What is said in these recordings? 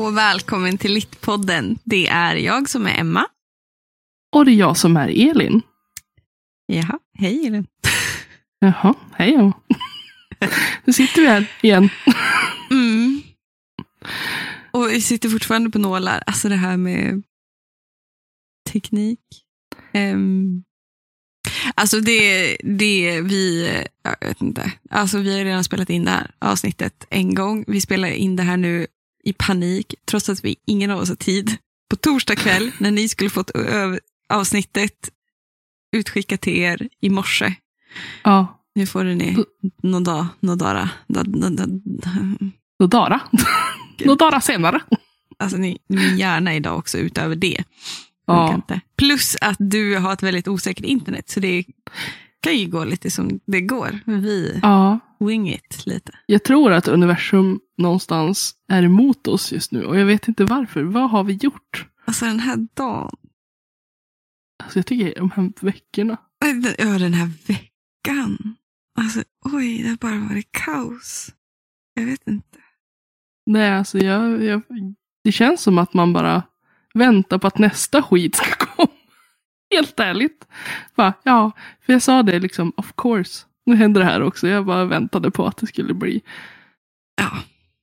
och välkommen till Littpodden. Det är jag som är Emma. Och det är jag som är Elin. Jaha, hej Elin. Jaha, hej Emma. Nu sitter vi här igen. Mm. Och vi sitter fortfarande på nålar. Alltså det här med teknik. Alltså det vi, jag vet inte. Alltså vi har redan spelat in det här avsnittet en gång. Vi spelar in det här nu i panik, trots att vi ingen av oss har tid. På torsdag kväll, när ni skulle fått avsnittet utskickat till er i morse. Ja. Nu får ni Nodara senare. Alltså min hjärna idag också utöver det. Ja. Plus att du har ett väldigt osäkert internet, så det kan ju gå lite som det går. Vi wing it lite. Jag tror att universum någonstans är emot oss just nu. Och jag vet inte varför. Vad har vi gjort? Alltså den här dagen. Alltså jag tycker de här veckorna. Ja, den här veckan. Alltså oj, det har bara varit kaos. Jag vet inte. Nej, alltså det känns som att man bara väntar på att nästa skit ska komma. Helt ärligt. Ja, för jag sa det liksom, of course. Nu händer det här också. Jag bara väntade på att det skulle bli. Ja.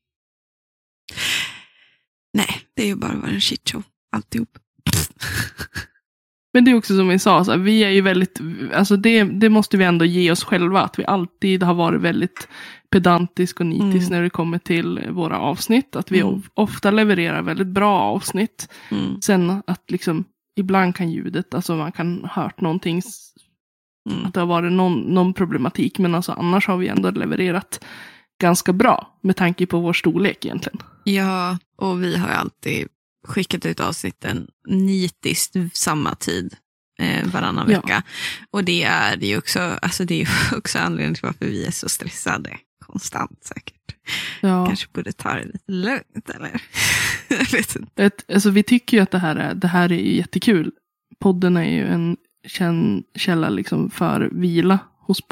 Nej, det är ju bara en shitshow. Alltihop. Men det är också som vi sa, så här, vi är ju väldigt, alltså det måste vi ändå ge oss själva, att vi alltid har varit väldigt pedantisk och nitisk när det kommer till våra avsnitt, att vi ofta levererar väldigt bra avsnitt. Sen att liksom ibland kan ljudet, alltså man kan ha hört någonting, att det har varit någon problematik, men alltså annars har vi ändå levererat ganska bra med tanke på vår storlek egentligen. Ja, och vi har ju alltid skickat ut avsnitten nitiskt samma tid varannan vecka. Och det är ju också, alltså det är ju också anledningen till varför vi är så stressade konstant säkert. Ja. Kanske borde ta det lite lugnt eller? Jag vet inte. Alltså vi tycker ju att det här är ju jättekul. Podden är ju en källa liksom för vila hos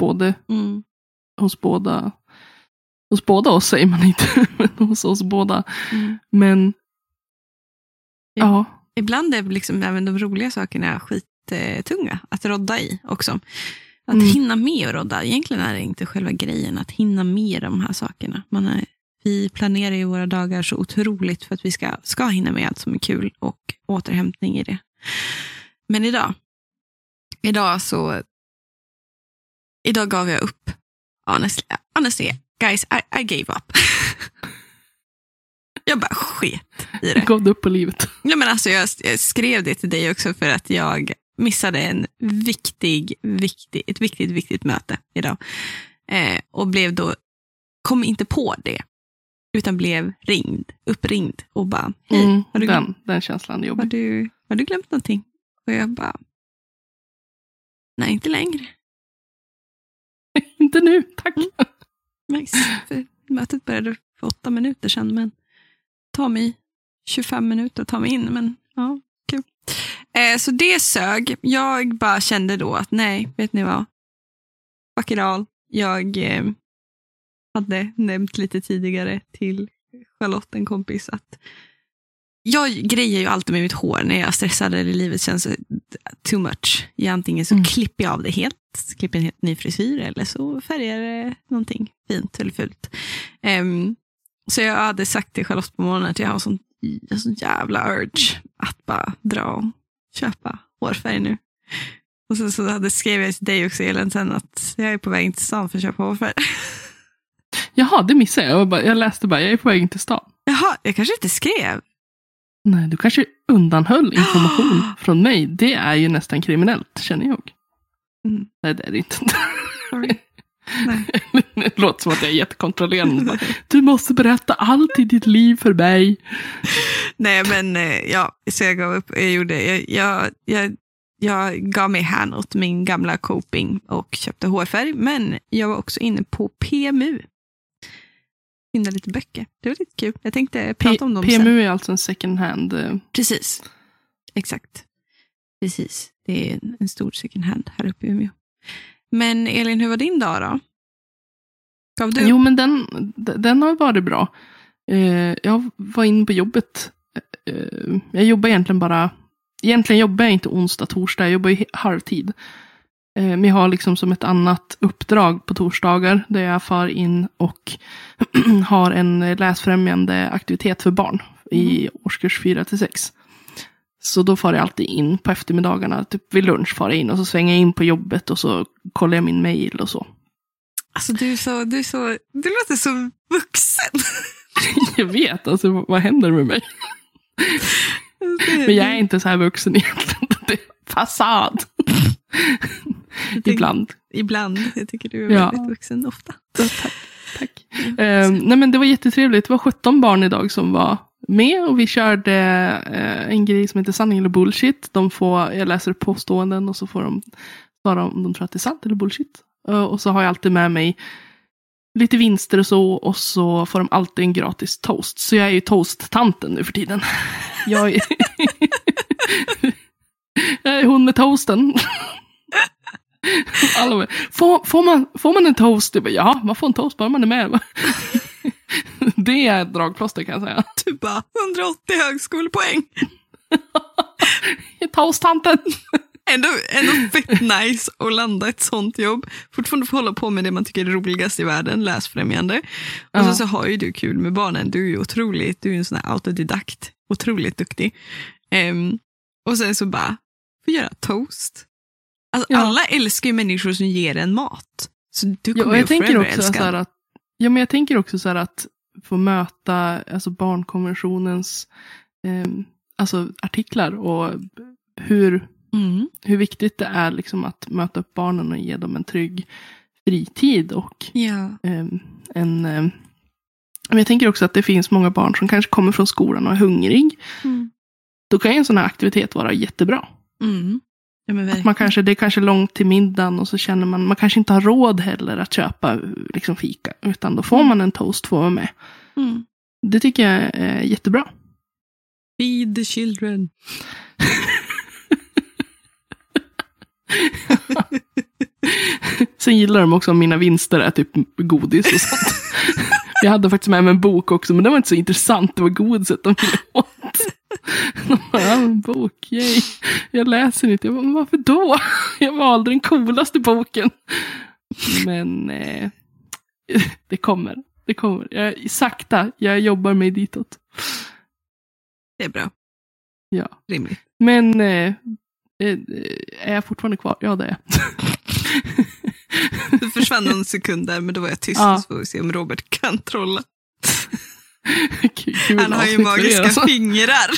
båda oss, säger man inte, men hos oss båda. Men ja. Ibland är liksom även de roliga sakerna skittunga att rodda i också. Att hinna med och rodda. Egentligen är det inte själva grejen att hinna med de här sakerna. Vi planerar ju våra dagar så otroligt för att vi ska hinna med allt som är kul och återhämtning i det. Men idag gav jag upp. Honestly, guys, I gave up. Jag bara sket i det. Gav upp på livet. Ja, men alltså jag skrev det till dig också för att jag missade ett viktigt möte idag. Och kom inte på det. Utan blev uppringd och bara, hej. Den känslan är jobbig. Har du glömt någonting? Och jag bara, nej, inte längre. Inte nu, tack. Nice. För mötet började för 8 minuter sedan, men ta mig 25 minuter att ta mig in, men ja, kul. Så det sög. Jag bara kände då att nej, vet ni vad? Fuck it all. Jag hade nämnt lite tidigare till Charlotte, en kompis, att jag grejer ju alltid med mitt hår när jag stressar eller livet känns too much. Antingen så klipper jag av det helt, klipper en helt ny frisyr, eller så färgar det någonting fint eller fult. Så jag hade sagt till Charlotte på morgonen att jag har sån jävla urge att bara dra och köpa hårfärg nu. Och så skrev jag till dig också, Elin, sen att jag är på väg in till stan för att köpa hårfärg. Jaha, det missade jag. Jag läste bara, jag är på väg in till stan. Jaha, jag kanske inte skrev. Nej, du kanske undanhöll information från mig. Det är ju nästan kriminellt, känner jag. Nej, det är det inte. Nej. Det låter som att jag är jättekontrollerande. Du måste berätta allt i ditt liv för mig. Nej, men ja, så jag gav upp. Jag gav mig hän åt min gamla coping och köpte hårfärg. Men jag var också inne på PMU. Finna lite böcker. Det var lite kul. Jag tänkte prata om dem PMU sen. är alltså en second hand. Precis. Exakt. Precis. Det är en stor second hand här uppe i Umeå. Men Elin, hur var din dag då? Gav du? Jo, men den har varit bra. Jag var inne på jobbet. Jag jobbar egentligen jobbar jag inte onsdag, torsdag. Jag jobbar ju halvtid. Men jag har liksom som ett annat uppdrag på torsdagar. Där jag far in och har en läsfrämjande aktivitet för barn. I årskurs 4-6. Så då far jag alltid in på eftermiddagarna. Typ vid lunch far jag in och så svänger jag in på jobbet. Och så kollar jag min mail och så. Alltså du låter så vuxen. Jag vet, alltså vad händer med mig? Men jag är inte så här vuxen egentligen. Det är fasad. Ibland. Jag tycker du är väldigt vuxen ofta. Tack. Nej men det var jättetrevligt. Det var 17 barn idag som var med. Och vi körde en grej som heter sanning eller bullshit. Jag läser påståenden och så får de svara om de tror att det är sant eller bullshit. Och så har jag alltid med mig lite vinster och så. Och så får de alltid en gratis toast. Så jag är ju toast-tanten nu för tiden. Jag är hon med toasten. Alla bara, får man en toast? Jag bara, ja, man får en toast bara man är med. Det är ett dragplåster kan jag säga. Du bara, 180 högskolepoäng. Toast-tanten. Ändå fett nice att landa ett sånt jobb. Fortfarande få hålla på med det man tycker är roligast i världen, läsfrämjande. Och så har ju du kul med barnen. Du är ju otroligt, du är en sån här autodidakt. Otroligt duktig. Och sen så bara, få göra toast. Alltså, alla älskar ju människor som ger en mat. Så du kommer ju forever älska. Men jag tänker också så här att få möta alltså barnkonventionens alltså artiklar och hur viktigt det är liksom att möta upp barnen och ge dem en trygg fritid och men jag tänker också att det finns många barn som kanske kommer från skolan och är hungrig. Då kan ju en sån här aktivitet vara jättebra. Ja, men att det är kanske långt till middagen och så känner man kanske inte har råd heller att köpa liksom fika, utan då får man en toast får man med. Det tycker jag är jättebra. Feed the children. Sen gillar de också om mina vinster är typ godis och sånt. Jag hade faktiskt med mig en bok också, men det var inte så intressant. Det var godiset de ville åt. En bok, yay. Jag läser inte. Jag bara, men varför då? Jag valde den coolaste boken. Men det kommer. Jag jobbar mig ditåt. Det är bra. Ja. Rimligt. Men är jag fortfarande kvar? Ja, det är jag. Du försvann en sekund där, men då var jag tyst. Så får vi se om Robert kan trolla. Han har ju magiska fingrar.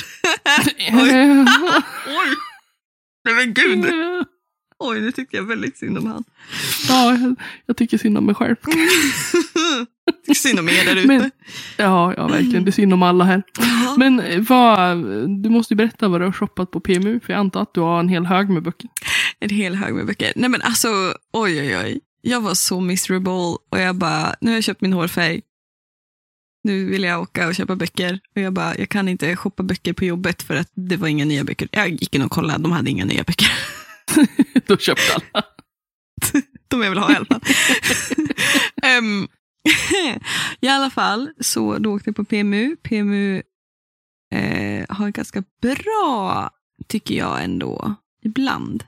Oj. Nej men gud. Oj, nu tycker jag väldigt synd om han. Ja, jag tycker synd om mig själv. Tycker synd om er där ute. Ja, verkligen. Det är synd om alla här. Men du måste ju berätta vad du har shoppat på PMU. För jag antar att du har en hel hög med böcker. En hel hög med böcker. Nej men alltså, oj. Jag var så miserable. Och jag bara, nu har jag köpt min hårfärg. Nu vill jag åka och köpa böcker. Och jag bara, jag kan inte shoppa böcker på jobbet för att det var inga nya böcker. Jag gick in och kollade, de hade inga nya böcker. Då köpte alla. De jag vill ha i alla fall. I alla fall, så då åkte jag på PMU. PMU har ganska bra, tycker jag ändå, ibland.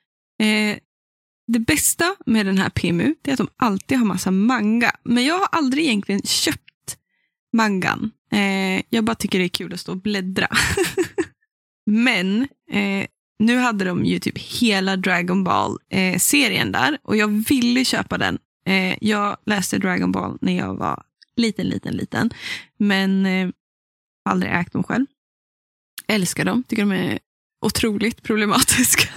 Det bästa med den här PMU är att de alltid har massa manga. Men jag har aldrig egentligen köpt mangan. Jag bara tycker det är kul att stå och bläddra. Men nu hade de ju typ hela Dragon Ball-serien där. Och jag ville köpa den. Jag läste Dragon Ball när jag var liten. Men aldrig ägt dem själv. Älskar dem. Tycker de är otroligt problematiska.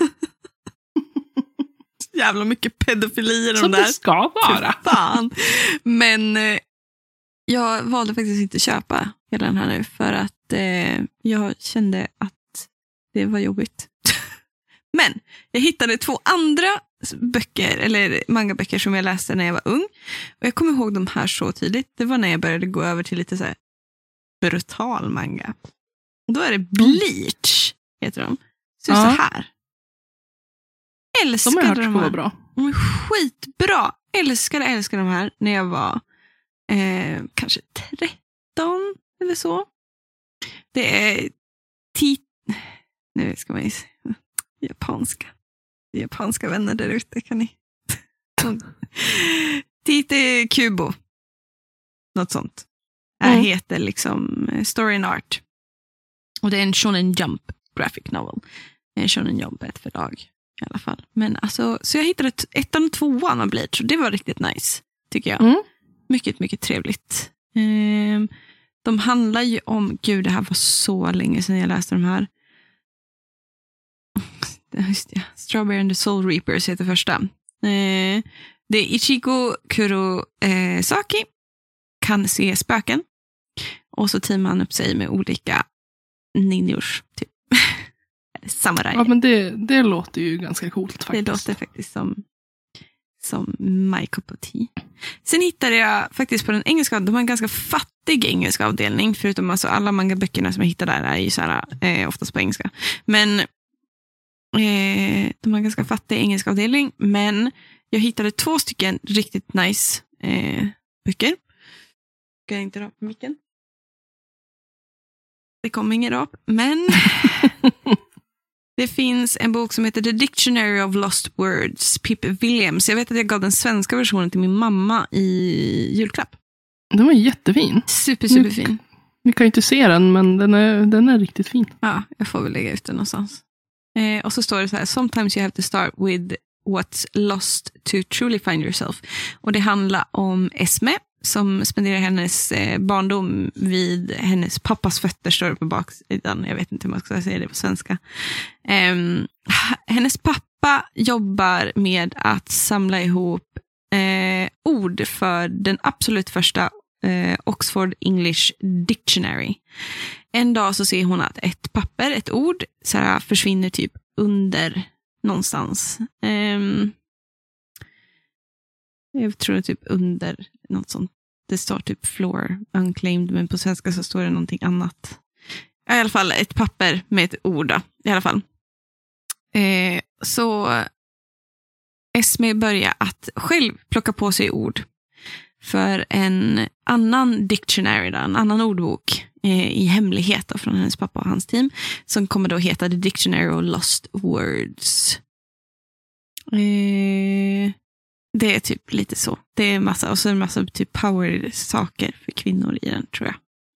Jävla mycket pedofili i de där. Som det ska vara. Fan. Men jag valde faktiskt inte köpa hela den här nu. För att jag kände att det var jobbigt. Men jag hittade 2 andra böcker, eller mangaböcker som jag läste när jag var ung. Och jag kommer ihåg de här så tidigt. Det var när jag började gå över till lite så här brutal manga. Då är det Bleach, heter de. Så så här. Älskade de har hört här. Bra. De är skitbra. Älskade de här när jag var kanske eller så. Det är nu ska man ju se. Japanska vänner där ute, kan ni. Tite Kubo. Något sånt. Det heter liksom Story and Art. Och det är en Shonen Jump graphic novel. En Shonen Jump, ett förlag i alla fall. Men alltså, så jag hittade 1:an och 2:an av Bleach och det var riktigt nice, tycker jag. Mycket, mycket trevligt. De handlar ju om, gud, det här var så länge sedan jag läste de här. Just det, Strawberry and the Soul Reapers heter första. Det är Ichigo Kurosaki kan se spöken. Och så teamar han upp sig med olika ninjors, typ. Samurai. Ja, men det låter ju ganska coolt faktiskt. Det låter faktiskt som my cup of tea. Sen hittade jag faktiskt på den engelska, de har en ganska fattig engelska avdelning, förutom alltså alla manga-böckerna som jag hittade där är ju så här, oftast på engelska. Men de har en ganska fattig engelska avdelning, men jag hittade 2 stycken riktigt nice böcker. Ska jag inte rapa på micken? Det kom ingen rap, men det finns en bok som heter The Dictionary of Lost Words, Pip Williams. Jag vet att jag gav den svenska versionen till min mamma i julklapp. Den var jättefin. Superfin. Vi kan ju inte se den, men den är riktigt fin. Ja, jag får väl lägga ut den någonstans. Och så står det så här: Sometimes you have to start with what's lost to truly find yourself. Och det handlar om Esme som spenderar hennes barndom vid hennes pappas fötter, står det på baksidan. Jag vet inte hur man ska säga det på svenska. Hennes pappa jobbar med att samla ihop ord för den absolut första Oxford English Dictionary. En dag så ser hon att ett ord så här, försvinner typ under någonstans. Jag tror typ under något sånt. Det står typ floor unclaimed, men på svenska så står det någonting annat. I alla fall ett papper med ett ord då, i alla fall. Så Esme börjar att själv plocka på sig ord för en annan dictionary, då, en annan ordbok i hemlighet då, från hennes pappa och hans team, som kommer då heta The Dictionary of Lost Words. Det är typ lite så. Det är massa, och så en massa typ power-saker för kvinnor i den, tror jag.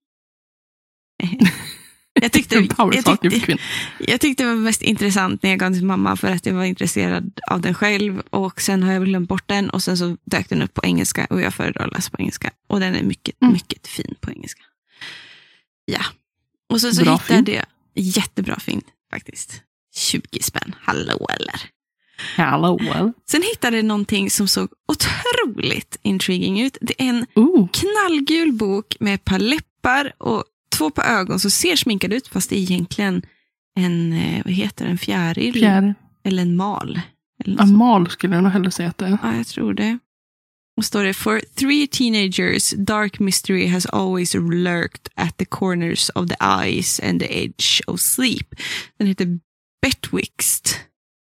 Jag tyckte det var mest intressant när jag gav den till mamma, för att jag var intresserad av den själv, och sen har jag glömt bort den, och sen så dök den upp på engelska och jag föredrar att läsa på engelska, och den är mycket, mycket fin på engelska. Ja. Och så hittade jag jättebra fin faktiskt. 20 spänn. Hallå eller? Hallå. Sen hittade jag någonting som såg otroligt intriguing ut. Det är en knallgul bok med ett par läppar och 2 par ögon som ser sminkad ut, fast det är egentligen en, vad heter det, en fjäril? Eller en mal. En mal skulle jag nog hellre säga att det är. Ja, jag tror det. Och står det: For 3 teenagers, dark mystery has always lurked at the corners of the eyes and the edge of sleep. Den heter Betwixt.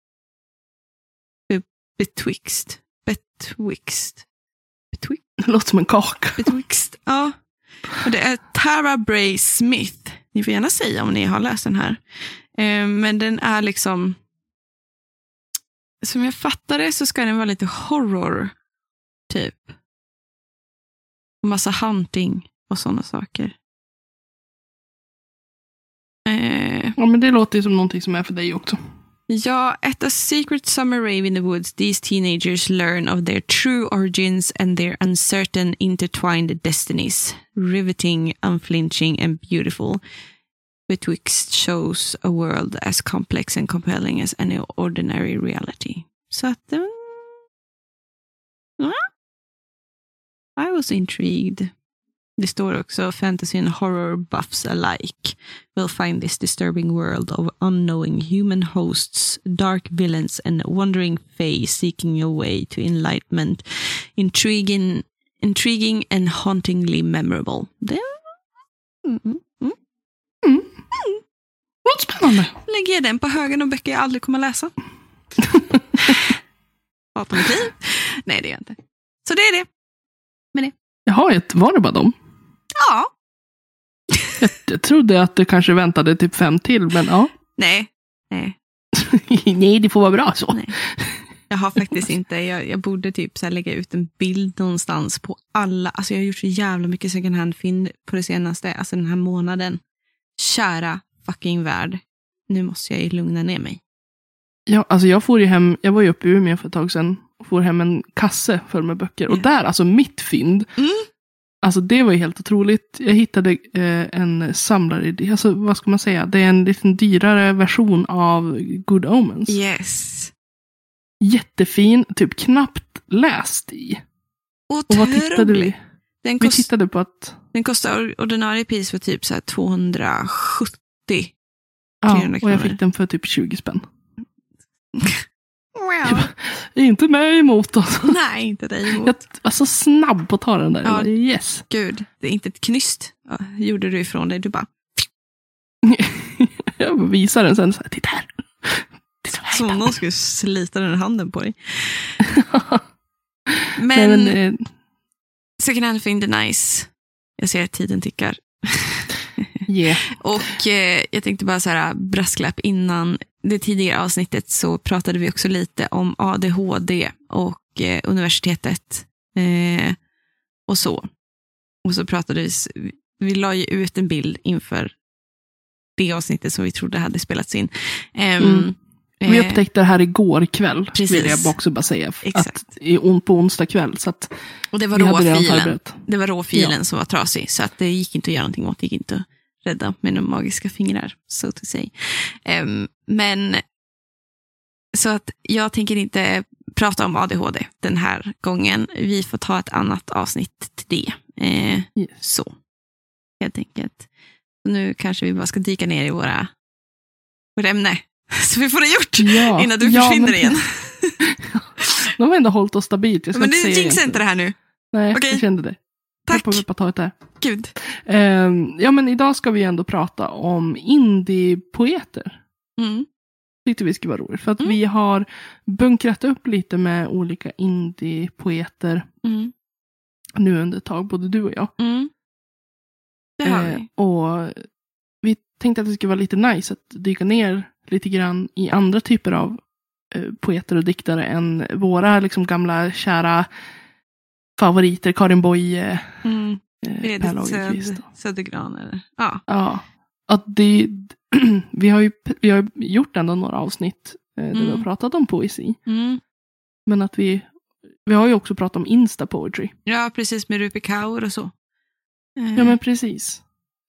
Det låter som en kaka. Betwixt, ja. Och det är Tara Bray Smith. Ni får gärna säga om ni har läst den här. Men den är liksom, som jag fattar det så ska den vara lite horror typ. Och massa hunting och sådana saker. Ja, men det låter ju som någonting som är för dig också. Ja, at a secret summer rave in the woods, these teenagers learn of their true origins and their uncertain, intertwined destinies. Riveting, unflinching, and beautiful. Betwixt shows a world as complex and compelling as any ordinary reality. Så att, I was intrigued. Det står också: fantasy and horror buffs alike will find this disturbing world of unknowing human hosts, dark villains and wandering fae seeking a way to enlightenment, intriguing and hauntingly memorable. Det Vad spännande. lägger jag den på högen och böcker jag aldrig kommer läsa. Alternativ? Nej, det är jag inte. Så det är det. Men det. Jaha, var det bara dem? Ja, Jag trodde att det kanske väntade typ 5 till, men ja. Nej. Nej, det får vara bra så. Nej. Jag har faktiskt inte, jag borde typ så här lägga ut en bild någonstans på alla, alltså jag har gjort så jävla mycket second hand-fynd på det senaste, alltså den här månaden. Kära fucking värld, nu måste jag ju lugna ner mig. Ja, alltså jag var ju uppe i Umeå för ett tag sedan och får hem en kasse full med böcker. Och där, alltså mitt fynd, alltså det var ju helt otroligt. Jag hittade en samlaridé, alltså vad ska man säga, det är en lite dyrare version av Good Omens. Yes. Jättefin, typ knappt läst i. Otroligt. Och vad tittade vi? Vi tittade på att... Den kostar ordinarie pris för typ så här 270. Ja, och jag fick den för typ 20 spänn. Wow. Inte mig emot alltså. Nej, inte dig emot. Jag var så snabb på att ta den där. Ja, yes. Gud, det är inte ett knyst. Ja, gjorde du ifrån dig, du bara... Jag visar den sen så här, titta här. Som om någon skulle slita den i handen på dig. Men, Nej, men second hand fynd är nice. Jag ser att tiden tickar. Yeah. Och jag tänkte bara så här, brasklapp innan det tidigare avsnittet så pratade vi också lite om ADHD och universitetet och så. Och så pratade vi la ju ut en bild inför det avsnittet som vi trodde hade spelats in. Vi upptäckte det här igår kväll. Precis. Vill jag också bara säga. Exakt. Att på onsdag kväll. Så att och det var råfilen som var trasig. Så att det gick inte att göra någonting åt. Det gick inte att rädda med några magiska fingrar. So to say. Men så att jag tänker inte prata om ADHD den här gången. Vi får ta ett annat avsnitt till det. Yes. Så. Helt enkelt. Nu kanske vi bara ska dyka ner i våra ämne. Så vi får det gjort innan du försvinner igen. De har ändå hållit oss stabilt. Men du jinxar inte det här nu. Nej, jag kände det. Tack. På ta det här. Gud. Men idag ska vi ändå prata om indie-poeter. Tyckte vi skulle vara roligt. För att vi har bunkrat upp lite med olika indie-poeter. Nu under ett tag, både du och jag. Det har vi. Och vi tänkte att det skulle vara lite nice att dyka ner lite grann i andra typer av poeter och diktare än våra liksom gamla kära favoriter, Karin Boye, Per Lagerkvist. Södergran eller? Ja. Att vi har gjort ändå några avsnitt där vi har pratat om poesi. Men att vi har ju också pratat om Insta-poetry. Ja, precis, med Rupi Kaur och så. Ja, men precis.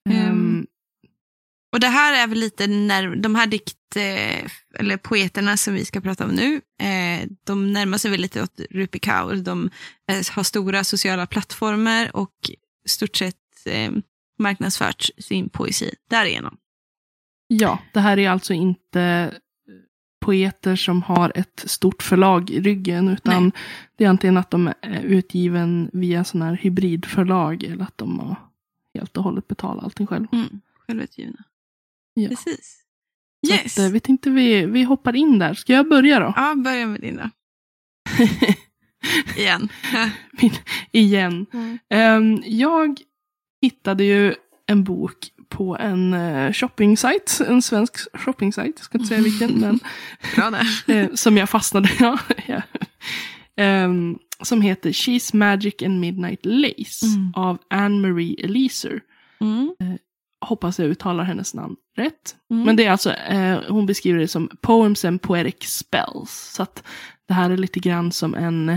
Och det här är väl lite när de här eller poeterna som vi ska prata om nu, de närmar sig väl lite åt Rupi Kaur. De har stora sociala plattformar och stort sett marknadsfört sin poesi därigenom. Ja, det här är alltså inte poeter som har ett stort förlag i ryggen, utan det är antingen att de är utgiven via sån här hybridförlag eller att de har helt och hållet betalat allting själv. Självutgivna. Ja. Precis. Yes. Så att, vi tänkte vi hoppar in där. Ska jag börja då? Ja, börja med din då. Igen. Jag hittade ju en bok på en shopping-sajt, en svensk shopping-sajt, jag ska inte säga vilken, men bra där. Som jag fastnade som heter She's Magic and Midnight Lace av Anne-Marie Eliezer. Hoppas jag uttalar hennes namn rätt. Men det är alltså, hon beskriver det som Poems and Poetic Spells. Så att det här är lite grann som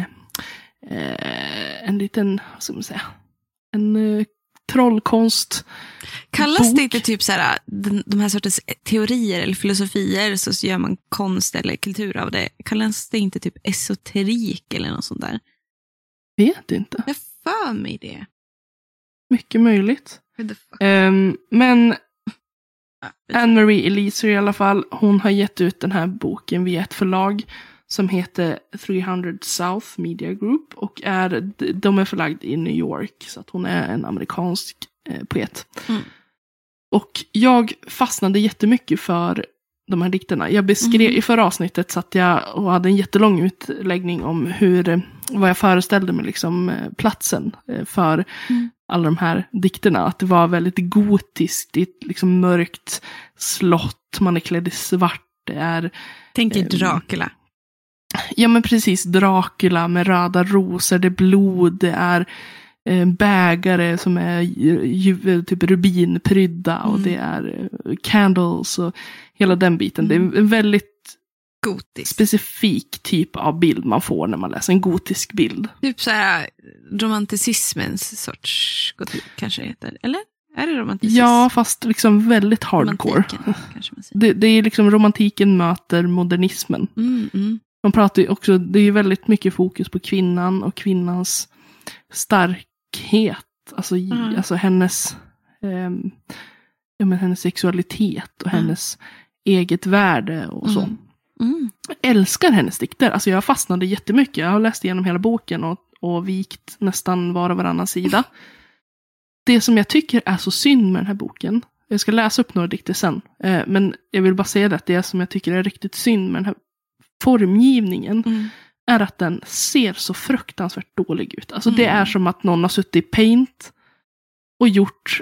en liten, vad ska man säga, en trollkonst. Kallas det inte typ så här, de här sortens teorier eller filosofier, så gör man konst eller kultur av det. Kallas det inte typ esoterik eller något sånt där? Vet inte. Jag för mig det. Mycket möjligt. Men Anne-Marie Eliezer i alla fall, hon har gett ut den här boken via ett förlag som heter 300 South Media Group och de är förlagd i New York, så att hon är en amerikansk poet. Och jag fastnade jättemycket för de här dikterna. Jag beskrev i förra avsnittet så att jag och hade en jättelång utläggning om vad jag föreställde mig liksom platsen för alla de här dikterna. Att det var väldigt gotiskt, ett liksom mörkt slott, man är klädd i svart. Det är... Tänker Dracula. Ja men precis, Dracula med röda rosor, det är blod, det är bägare som är typ rubinprydda och det är candles och hela den biten. Det är en väldigt gotisk, specifik typ av bild man får när man läser en gotisk bild. Typ så här romanticismens sorts gotik kanske det heter, eller? Är det romanticism? Ja, fast liksom väldigt hardcore. Det är liksom romantiken möter modernismen. Man pratar ju också, det är ju väldigt mycket fokus på kvinnan och kvinnans starkhet. Alltså hennes hennes sexualitet och hennes eget värde och så. Jag älskar hennes dikter. Alltså jag fastnade jättemycket. Jag har läst igenom hela boken och vikt nästan var och varannan sida. Det som jag tycker är så synd med den här boken, jag ska läsa upp några dikter sen, men jag vill bara säga att det som jag tycker är riktigt synd med den här formgivningen är att den ser så fruktansvärt dålig ut. Alltså det är som att någon har suttit i Paint och gjort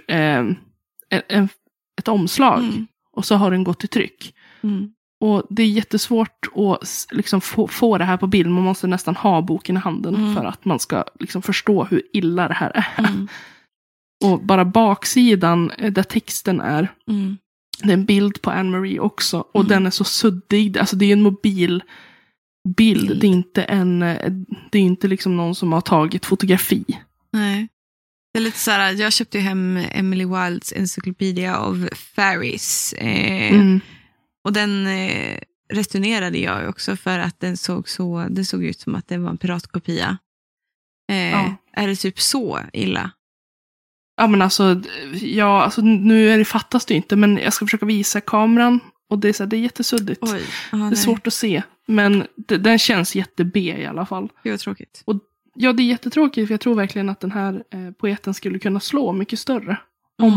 ett omslag och så har den gått i tryck. Och det är jättesvårt att liksom få det här på bild. Man måste nästan ha boken i handen för att man ska liksom förstå hur illa det här är. Och bara baksidan där texten är, det är en bild på Anne-Marie också. Och den är så suddig. Alltså det är en mobil bild. Det är inte liksom någon som har tagit fotografi. Nej. Det är lite så här, jag köpte ju hem Emily Wildes Encyclopedia of Fairies. Och den returnerade jag också för att det såg ut som att det var en piratkopia. Är det typ så illa? Ja men alltså nu är det fattas det inte, men jag ska försöka visa kameran och det är så här, det är jättesuddigt. Oj, det är svårt att se, men den känns jätte-B i alla fall. Det var tråkigt. Och ja, det är jättetråkigt för jag tror verkligen att den här poeten skulle kunna slå mycket större om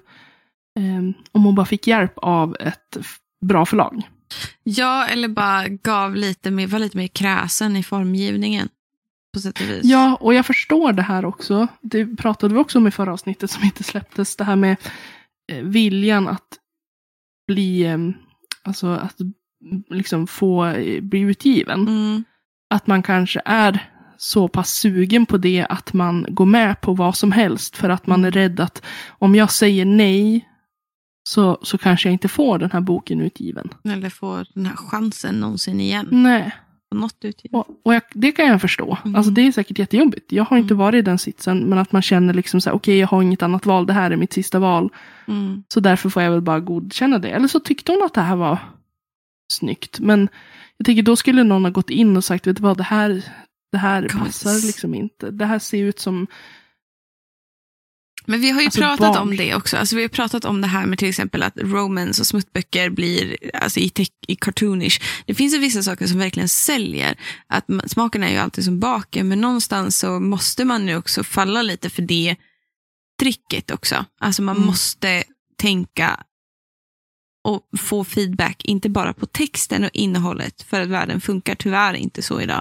hon bara fick hjälp av ett bra förlag. Ja, eller bara var lite mer kräsen i formgivningen. På sätt och vis. Ja, och jag förstår det här också. Det pratade vi också om i förra avsnittet som inte släpptes. Det här med viljan att bli, att liksom få bli utgiven. Att man kanske är så pass sugen på det att man går med på vad som helst. För att man är rädd att om jag säger nej så kanske jag inte får den här boken utgiven. Eller får den här chansen någonsin igen. Nej. Något och det kan jag förstå. Alltså det är säkert jättejobbigt. Jag har inte varit i den sitsen, men att man känner liksom så här, okej, jag har inget annat val, det här är mitt sista val. Så därför får jag väl bara godkänna det. Eller så tyckte hon att det här var snyggt. Men jag tänker då skulle någon ha gått in och sagt, vet du vad, det här passar liksom inte. Det här ser ut som... Men vi har ju pratat om det också. Alltså vi har pratat om det här med till exempel att romance och smuttböcker blir alltså i cartoonish. Det finns ju vissa saker som verkligen säljer. Att smaken är ju alltid som baken, men någonstans så måste man nu också falla lite för det tricket också. Alltså man måste tänka och få feedback, inte bara på texten och innehållet, för att världen funkar tyvärr inte så idag.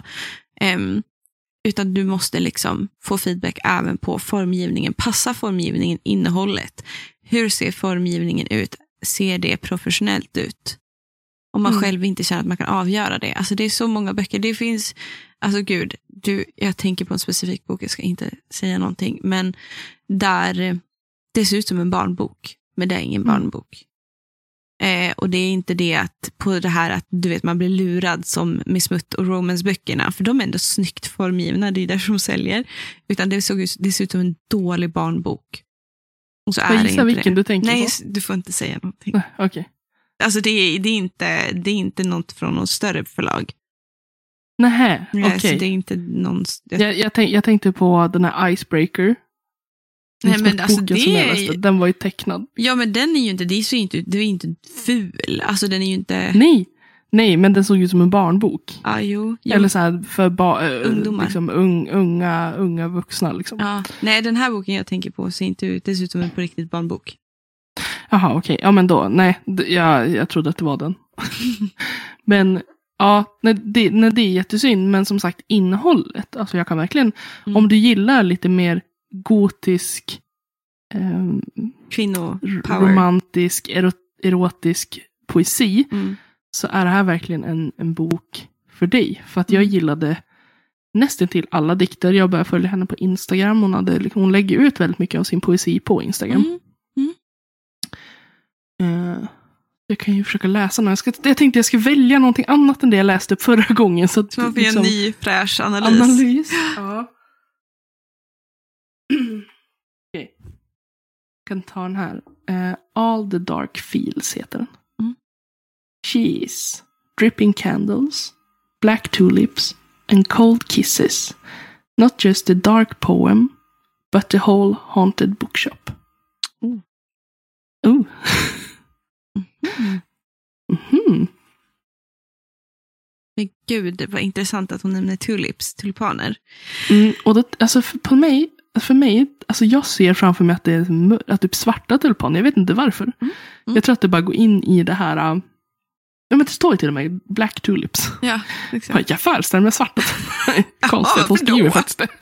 Utan du måste liksom få feedback även på formgivningen. Passar formgivningen innehållet? Hur ser formgivningen ut? Ser det professionellt ut? Om man själv inte känner att man kan avgöra det. Alltså det är så många böcker. Det finns, alltså gud, jag tänker på en specifik bok, jag ska inte säga någonting. Men där det ser ut som en barnbok. Men det är ingen barnbok. Och det är inte det att på det här att du vet man blir lurad som med smutt och romance-böckerna, för de är ändå snyggt formgivna, det är där som säljer, utan det ser ut som en dålig barnbok. Och så är det inte vilken det. du tänker Nej, på. du får inte säga någonting. Okay. Alltså det är inte något från någon större förlag. Nej, okej. Okay. Det är inte någon... Jag tänkte på den här Icebreaker. Nej, men alltså den var ju tecknad. Ja, men den är ju inte, det är inte ful. Alltså den är ju inte... Nej, men den såg ut som en barnbok. Ja, jo. Eller så här för ungdomar. Liksom unga vuxna liksom. Ja. Nej, den här boken jag tänker på ser inte ut, det ser ut som en på riktigt barnbok. Jaha, okej. Ja, men då, nej, jag trodde att det var den. Men ja, det är jättesynd, men som sagt innehållet, alltså jag kan verkligen, om du gillar lite mer gotisk, romantisk, erotisk poesi, så är det här verkligen en bok för dig. För att jag gillade nästan till alla dikter. Jag började följa henne på Instagram. Hon lägger ut väldigt mycket av sin poesi på Instagram. Jag kan ju försöka läsa nu. Jag tänkte jag ska välja någonting annat än det jag läste upp förra gången. Så man får en ny fräsch analys. Ja. Okej. Jag kan ta den här. All the Dark Fields heter den. Cheese, dripping candles, black tulips and cold kisses. Not just a dark poem, but the whole haunted bookshop. Men gud, det var intressant att hon nämner tulipaner. Och det, alltså för mig, alltså jag ser framför mig att det är att typ svarta tulpaner. Jag vet inte varför. Jag tror att det bara går in i det här. Ja, men det står ju till och med black tulips. Ja, exakt. Jag föreställer mig svarta. Konstigt att hon skriver faktiskt det.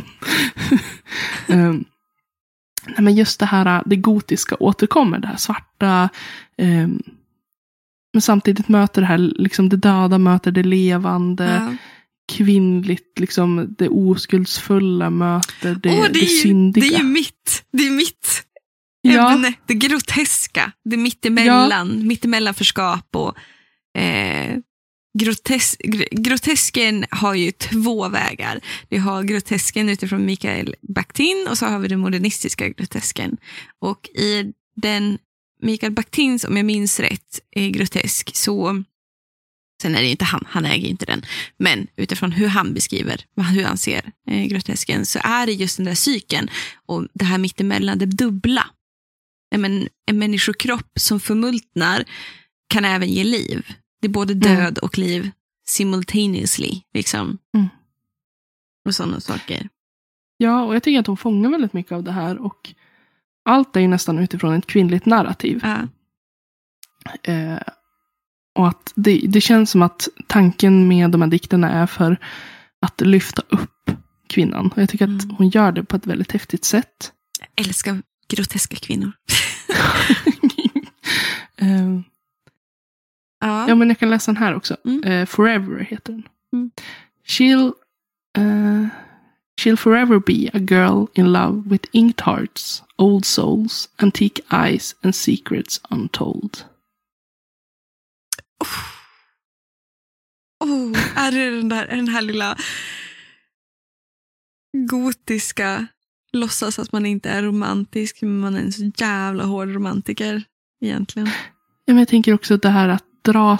Nej, men just det här, det gotiska återkommer. Det här svarta. Men samtidigt möter det här, liksom det döda möter det levande. Kvinnligt, liksom det oskuldsfulla möter det syndiga. Det är mitt ämne. Det groteska. Det mittemellanförskap och grotesken har ju två vägar. Vi har grotesken utifrån Mikael Bakhtin och så har vi den modernistiska grotesken. Och i den Mikael Bakhtins, om jag minns rätt, är grotesk, så sen är det inte han äger inte den, men utifrån hur han beskriver, hur han ser grotesken, så är det just den där cykeln och det här mittemellan, det dubbla. En människokropp som förmultnar kan även ge liv. Det är både död och liv simultaneously, liksom. Och sådana saker. Ja, och jag tycker att hon fångar väldigt mycket av det här, och allt är ju nästan utifrån ett kvinnligt narrativ. Och att det känns som att tanken med de här dikterna är för att lyfta upp kvinnan. Och jag tycker att hon gör det på ett väldigt häftigt sätt. Jag älskar groteska kvinnor. Ja, men jag kan läsa den här också. Forever heter den. She'll forever be a girl in love with inked hearts, old souls, antique eyes and secrets untold. Är det den här lilla gotiska låtsas att man inte är romantisk, men man är en så jävla hård romantiker egentligen. Ja, men jag tänker också det här att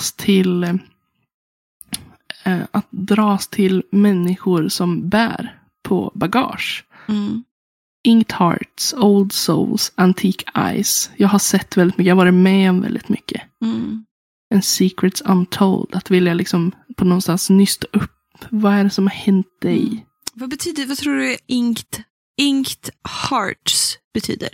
dras till människor som bär på bagage. Inked hearts, old souls, antique eyes. Jag har sett väldigt mycket, jag har varit med om väldigt mycket. And secrets untold. Att vilja liksom på någonstans nysta upp. Vad är det som har hänt dig? Vad tror du inked hearts betyder?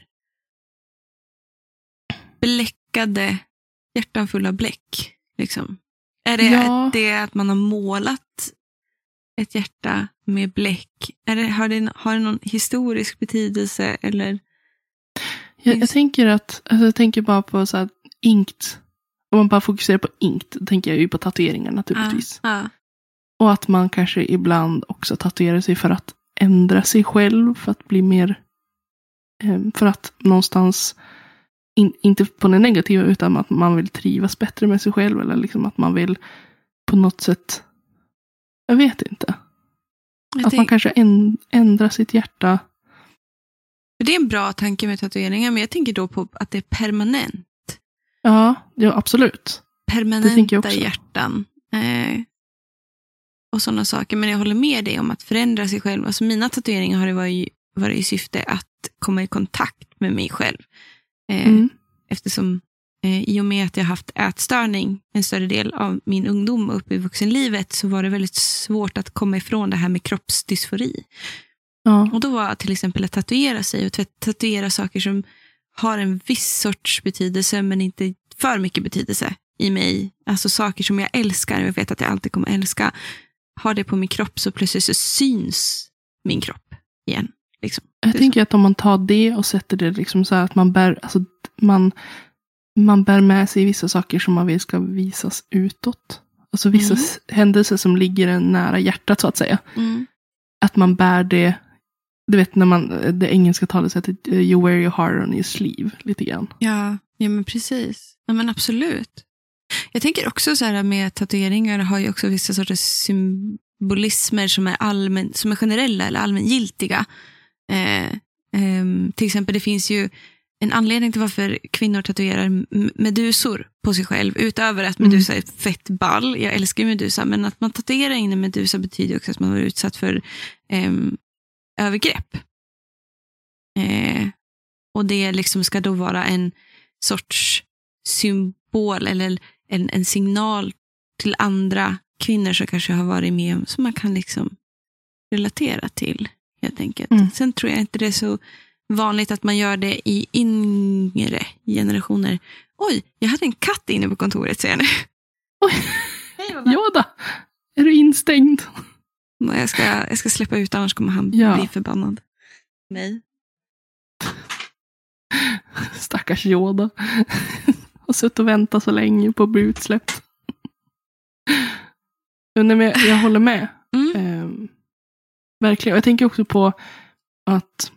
Bläckade hjärtan fulla bläck, liksom. Är det det att man har målat ett hjärta med bläck? Har det någon historisk betydelse eller? Jag tänker bara på så här inked. Om man bara fokuserar på inkt, då tänker jag ju på tatueringar naturligtvis. Och att man kanske ibland också tatuerar sig för att ändra sig själv, för att bli mer, för att någonstans inte på det negativa, utan att man vill trivas bättre med sig själv, eller liksom att man vill på något sätt, jag vet inte. Man kanske ändrar sitt hjärta. Det är en bra tanke med tatueringar, men jag tänker då på att det är permanent. Ja, absolut. Permanenta hjärtan. Och sådana saker. Men jag håller med dig om att förändra sig själv. Alltså mina tatueringar har det varit i syfte att komma i kontakt med mig själv. Eftersom i och med att jag haft ätstörning en större del av min ungdom och upp i vuxenlivet, så var det väldigt svårt att komma ifrån det här med kroppsdysfori. Och då var till exempel att tatuera sig och tatuera saker som har en viss sorts betydelse men inte för mycket betydelse i mig. Alltså saker som jag älskar och jag vet att jag alltid kommer älska. Har det på min kropp, så plötsligt så syns min kropp igen. Liksom. Jag tänker att om man tar det och sätter det liksom så här att man bär, alltså man bär med sig vissa saker som man vill ska visas utåt. Alltså vissa händelser som ligger en nära hjärtat så att säga. Att man bär det, du vet när man, det engelska talesättet, you wear your heart on your sleeve, lite grann. Ja men precis. Ja men absolut. Jag tänker också så här med tatueringar har ju också vissa sorters symbolismer som är generella eller allmängiltiga. Till exempel det finns ju en anledning till varför kvinnor tatuerar medusor på sig själv, utöver att medusa är fett ball. Jag älskar medusa, men att man tatuerar in en medusa betyder också att man var utsatt för övergrepp. Och det liksom ska då vara en sorts symbol eller en signal till andra kvinnor som kanske har varit med om, som man kan liksom relatera till helt enkelt. Sen tror jag inte det är så vanligt att man gör det i yngre generationer. Oj, jag hade en katt inne på kontoret, ser jag nu. Oj, Yoda, är du instängd? Jag ska släppa ut, annars kommer han bli förbannad. Nej. Stackars Yoda. Har suttit och väntat så länge på att bli utsläppt. Men jag håller med. Verkligen. Jag tänker också på att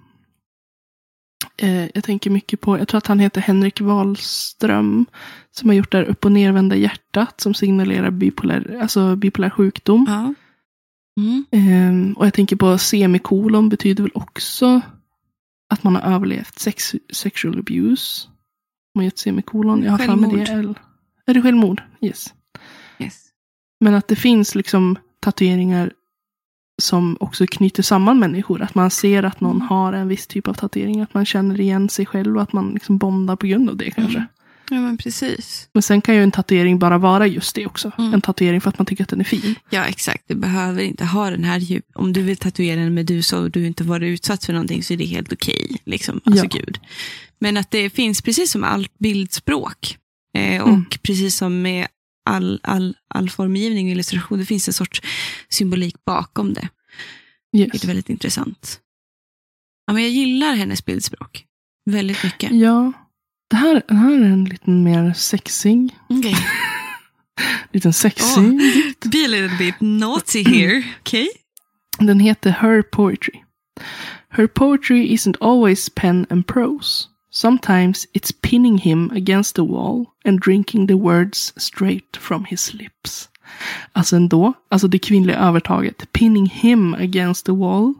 jag tänker mycket på, jag tror att han heter Henrik Wahlström, som har gjort det här upp- och nervända hjärtat som signalerar bipolär sjukdom. Ja. Och jag tänker på semikolon betyder väl också att man har överlevt sexual abuse. Man gör ett semikolon. Jag har fram med det. Är det självmord? Yes. Men att det finns liksom tatueringar som också knyter samman människor. Att man ser att någon har en viss typ av tatuering. Att man känner igen sig själv och att man liksom bondar på grund av det kanske. Ja, men precis. Men sen kan ju en tatuering bara vara just det också. En tatuering för att man tycker att den är fin. Ja, exakt. Du behöver inte ha den här om du vill tatuera en medusa och du inte varit utsatt för någonting, så är det helt okej. Liksom. Alltså gud. Men att det finns precis som allt bildspråk. Och precis som med all formgivning och illustration, det finns en sorts symbolik bakom det. Yes. Det är väldigt intressant. Ja, men jag gillar hennes bildspråk väldigt mycket. Ja, det här är en liten mer sexig. Okay. Liten sexig. Be a little bit naughty here, okay? Den heter Her Poetry. Her poetry isn't always pen and prose. Sometimes it's pinning him against the wall and drinking the words straight from his lips. Alltså det kvinnliga övertaget. Pinning him against the wall.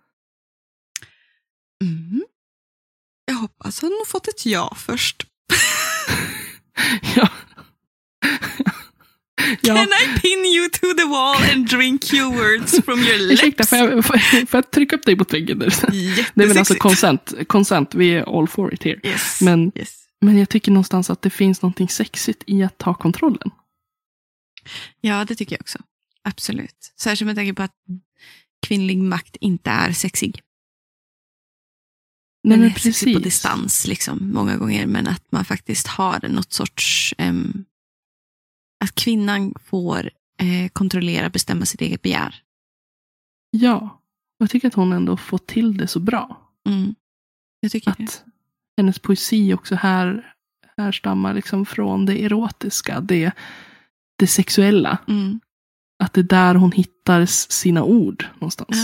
Jag hoppas han har fått ett ja först. Ja. Can I pin you to the wall and drink your words from your lips? Ursäkta, får jag trycka upp dig mot väggen där? Det är väl alltså consent, vi är all for it here. Yes. Men jag tycker någonstans att det finns någonting sexigt i att ta kontrollen. Ja, det tycker jag också. Absolut. Särskilt med tanke på att kvinnlig makt inte är sexig. Nej, men är precis. Sexig på distans liksom, många gånger, men att man faktiskt har något sorts att kvinnan får kontrollera, bestämma sitt eget begär. Ja, jag tycker att hon ändå får till det så bra. Jag tycker att det. Hennes poesi också härstammar liksom från det erotiska, det sexuella. Att det är där hon hittar sina ord någonstans.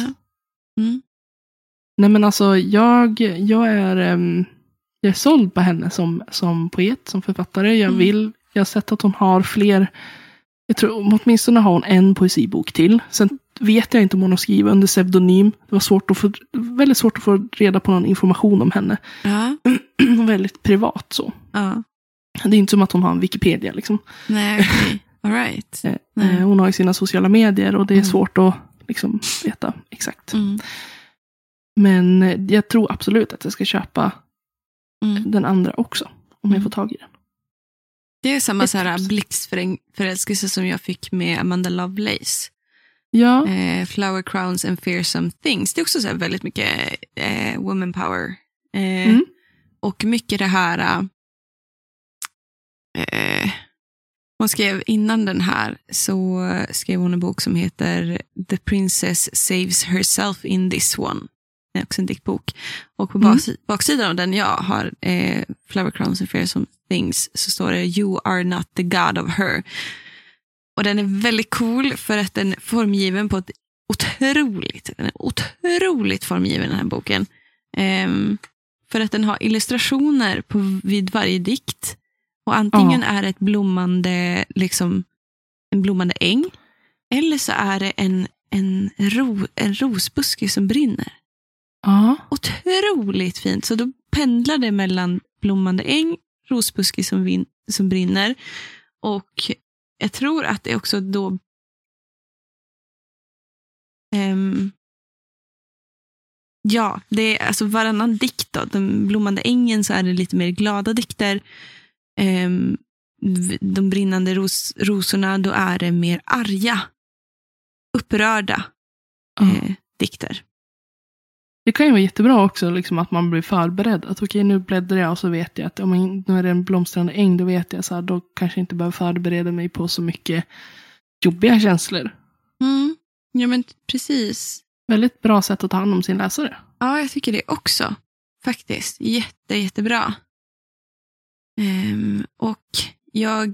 Nej, men alltså jag är såld på henne som poet, som författare. Jag har sett att hon har fler, jag tror åtminstone har hon en poesibok till. Sen vet jag inte om hon har skrivit under pseudonym. Det var väldigt svårt att få reda på någon information om henne. Väldigt privat så. Det är inte som att hon har en Wikipedia liksom. Nej, okay. All right. Hon har ju sina sociala medier och det är svårt att liksom veta exakt. Men jag tror absolut att jag ska köpa den andra också. Om jag får tag i den. Det är samma så här blixtförälskelse som jag fick med Amanda Lovelace. Ja. Flower Crowns and Fearsome Things. Det är också så här väldigt mycket woman power. Och mycket det här hon skrev innan den här, så skrev hon en bok som heter The Princess Saves Herself in This One. Det är också en diktbok. Och på baksidan av den jag har Flower Crowns and Fearsome Things så står det You are not the god of her. Och den är väldigt cool för att den är formgiven på ett otroligt formgiven den här boken. För att den har illustrationer vid varje dikt. Och antingen är det ett blommande, liksom, en blommande äng. Eller så är det en rosbuske som brinner. Otroligt fint. Så då pendlar det mellan blommande äng, rosbuske som brinner. Och jag tror att det också då det är alltså varannan dikt då. Den blommande ängen så är det lite mer glada dikter. De brinnande rosorna, då är det mer arga, upprörda dikter. Det kan ju vara jättebra också liksom, att man blir förberedd. Att okej, nu bläddrar jag och så vet jag att nu är det en blomstrande äng, då vet jag så här, då kanske jag inte behöver förbereda mig på så mycket jobbiga känslor. Ja, men precis. Väldigt bra sätt att ta hand om sin läsare. Ja, jag tycker det också. Faktiskt. Jättebra. Och jag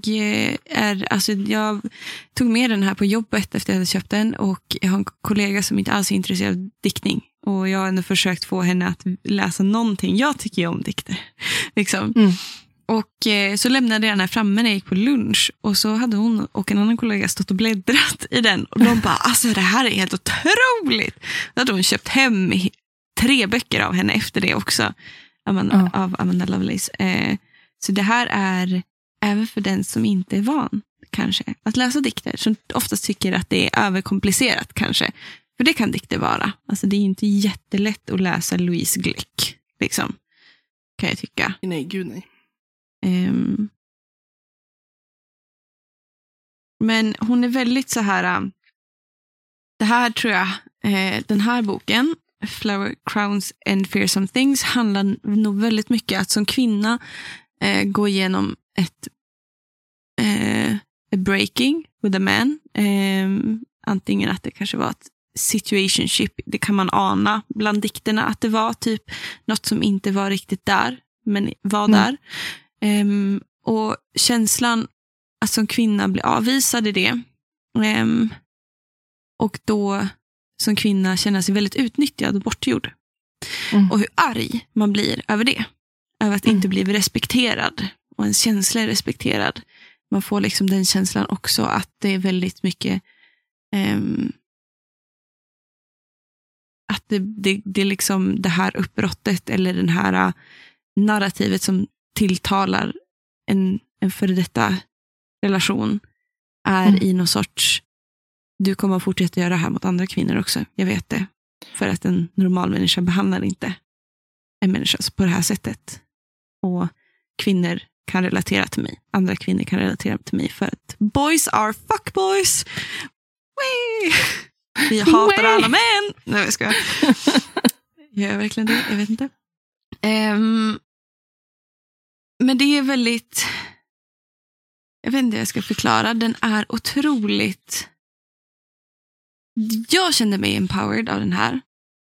tog med den här på jobbet efter att jag hade köpt den. Och jag har en kollega som inte alls är intresserad av diktning. Och jag har ändå försökt få henne att läsa någonting. Jag tycker ju om dikter. Liksom. Och så lämnade jag den här framme när jag gick på lunch. Och så hade hon och en annan kollega stått och bläddrat i den. Och de bara, alltså det här är helt otroligt. Då hade hon köpt hem 3 böcker av henne efter det också. Av Amanda Lovelace. Så det här är även för den som inte är van kanske att läsa dikter. Som oftast tycker att det är överkomplicerat kanske. För det kan dikter vara. Alltså det är inte jättelätt att läsa Louise Glück. Liksom. Kan jag tycka. Nej, gud nej. Men hon är väldigt så här. Det här tror jag, den här boken Flower Crowns and Fearsome Things handlar nog väldigt mycket att som kvinna gå igenom ett breaking with a man. Antingen att det kanske var ett situationship, det kan man ana bland dikterna att det var typ något som inte var riktigt där men var där. Och känslan att som kvinna bli avvisad i det och då som kvinna känna sig väldigt utnyttjad och bortgjord. Och hur arg man blir över det. Över att inte bli respekterad och en känsla är respekterad. Man får liksom den känslan också att det är väldigt mycket att det är liksom det här uppbrottet eller den här narrativet som tilltalar en före detta relation är i någon sorts du kommer fortsätta göra det här mot andra kvinnor också. Jag vet det. För att en normal människa behandlar inte en människa på det här sättet. Och kvinnor kan relatera till mig. Andra kvinnor kan relatera till mig för att boys are fuckboys. Vi hatar alla män. Nej, jag ska. Gör jag verkligen det? Jag vet inte. Men det är väldigt jag vet inte hur jag ska förklara. Den är otroligt jag kände mig empowered av den här.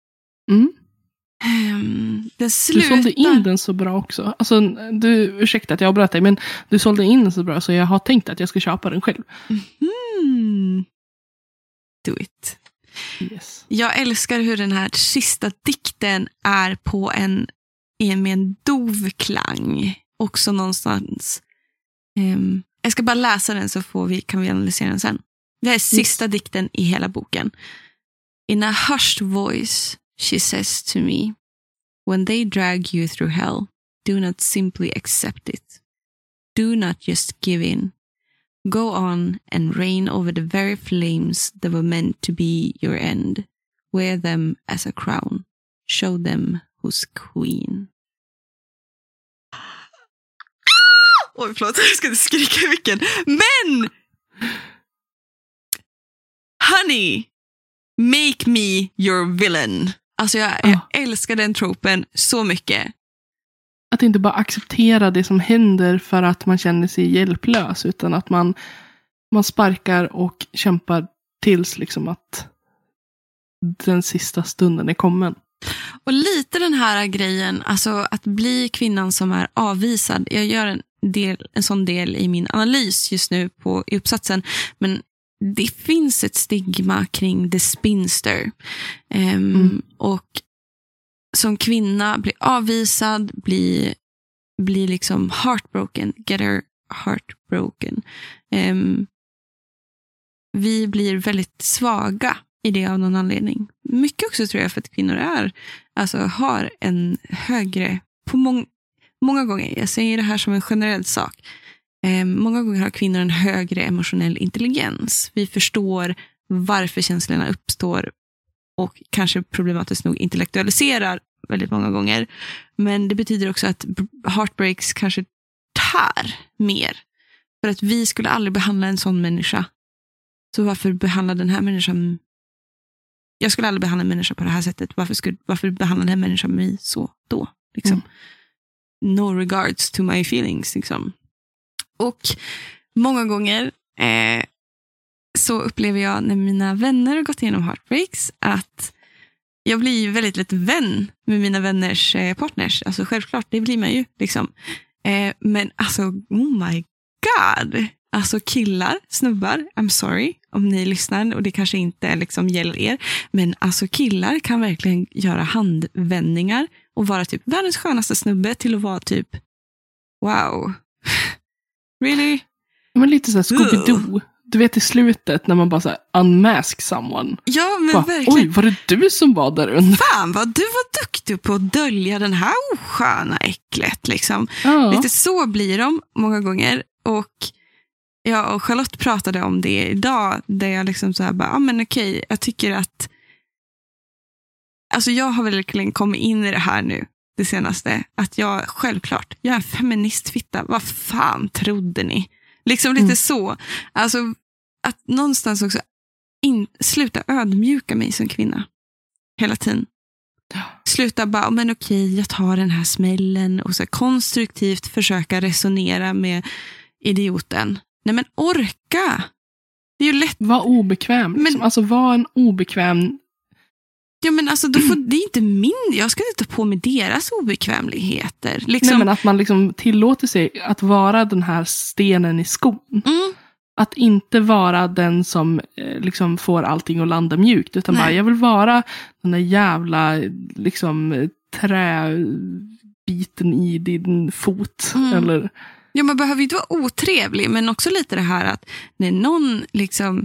Den slutar... Du sålde in den så bra också. Alltså, ursäkta att jag avbröt dig, men du sålde in den så bra så jag har tänkt att jag ska köpa den själv. Do it. Yes. Jag älskar hur den här sista dikten är på med en dov klang. Också någonstans. Jag ska bara läsa den så kan vi analysera den sen. Det är sista dikten i hela boken. In a hushed voice she says to me, when they drag you through hell, do not simply accept it. Do not just give in. Go on and reign over the very flames that were meant to be your end. Wear them as a crown. Show them who's queen. Oj, förlåt, jag ska inte skrika i micken. Men! Honey, make me your villain. Alltså jag älskar den tropen så mycket. Att inte bara acceptera det som händer för att man känner sig hjälplös. Utan att man sparkar och kämpar tills liksom att den sista stunden är kommen. Och lite den här grejen, alltså att bli kvinnan som är avvisad. Jag gör en sån del i min analys just nu i uppsatsen. Men det finns ett stigma kring the spinster. Och som kvinna blir avvisad, blir liksom heartbroken, get her heartbroken. Vi blir väldigt svaga i det av någon anledning. Mycket också tror jag för att kvinnor har en högre, på många gånger, jag säger det här som en generell sak, många gånger har kvinnor en högre emotionell intelligens. Vi förstår varför känslorna uppstår och kanske problematiskt nog intellektualiserar väldigt många gånger. Men det betyder också att heartbreaks kanske tär mer. För att vi skulle aldrig behandla en sån människa. Så varför behandla den här människan? Jag skulle aldrig behandla en människa på det här sättet. Varför behandla den här människan mig så då? Liksom. No regards to my feelings. Liksom. Och många gånger så upplever jag när mina vänner har gått igenom heartbreaks att jag blir väldigt lätt vän med mina vänners partners. Alltså självklart, det blir man ju. Liksom. Men alltså, oh my god. Alltså killar, snubbar, I'm sorry om ni lyssnar och det kanske inte liksom gäller er. Men alltså killar kan verkligen göra handvändningar och vara typ världens skönaste snubbe till att vara typ wow. Really? Men lite så här Scooby-Doo. Du vet i slutet när man bara så här unmask someone. Ja, men bara, verkligen. Oj, var det du som var där under? Fan, vad du var duktig på att dölja den här osköna äcklet. Liksom. Ja. Lite så blir de många gånger. Och jag och Charlotte pratade om det idag. Där jag liksom så här bara, men okej, jag tycker att alltså jag har verkligen kommit in i det här nu. Det senaste. Att jag är en feministfitta. Vad fan trodde ni? Liksom lite så. Alltså att någonstans också sluta ödmjuka mig som kvinna. Hela tiden. Sluta bara, men okej, jag tar den här smällen. Och så konstruktivt försöka resonera med idioten. Nej men orka. Det är ju lätt. Var obekväm. Liksom. Men, alltså var en obekväm. Ja men alltså det är inte jag ska inte ta på mig deras obekvämligheter. Liksom. Nej men att man liksom tillåter sig att vara den här stenen i skon. Att inte vara den som liksom får allting att landa mjukt. Utan bara, jag vill vara den där jävla liksom träbiten i din fot. Eller... Ja, man behöver ju inte vara otrevlig. Men också lite det här att när någon liksom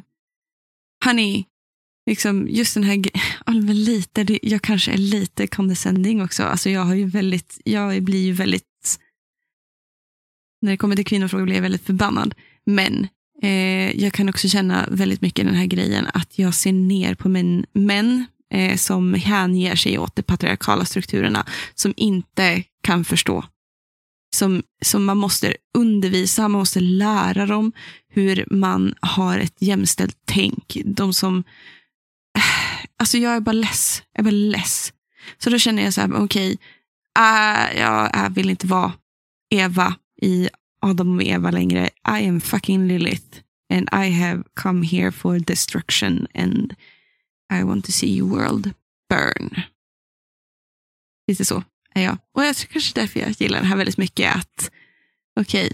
liksom just den här jag kanske är lite condescending också. Alltså jag blir ju väldigt när det kommer till kvinnofrågor blir jag väldigt förbannad. Men jag kan också känna väldigt mycket den här grejen att jag ser ner på män som hänger sig åt de patriarkala strukturerna som inte kan förstå. Som man måste undervisa, man måste lära dem hur man har ett jämställt tänk. De som alltså jag är bara less. Så då känner jag så här, okej, jag vill inte vara Eva i Adam och Eva längre. I am fucking Lilith and I have come here for destruction and I want to see your world burn. Lite så är jag. Och jag tror kanske därför jag gillar det här väldigt mycket att okej,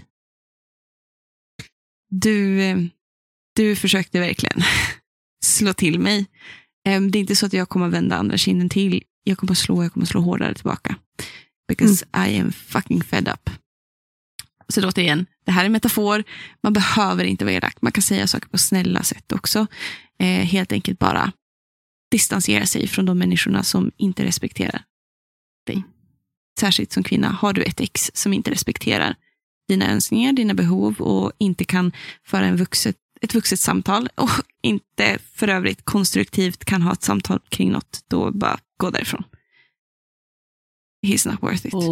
du försökte verkligen slå till mig. Det är inte så att jag kommer vända andra kinden till. Jag kommer slå hårdare tillbaka. Because I am fucking fed up. Så då återigen, det här är metafor. Man behöver inte vara elak. Man kan säga saker på snälla sätt också. Helt enkelt bara distansera sig från de människorna som inte respekterar dig. Särskilt som kvinna har du ett ex som inte respekterar dina önskningar, dina behov och inte kan föra ett vuxet samtal och inte för övrigt konstruktivt kan ha ett samtal kring något, då bara gå därifrån. He's not worth it.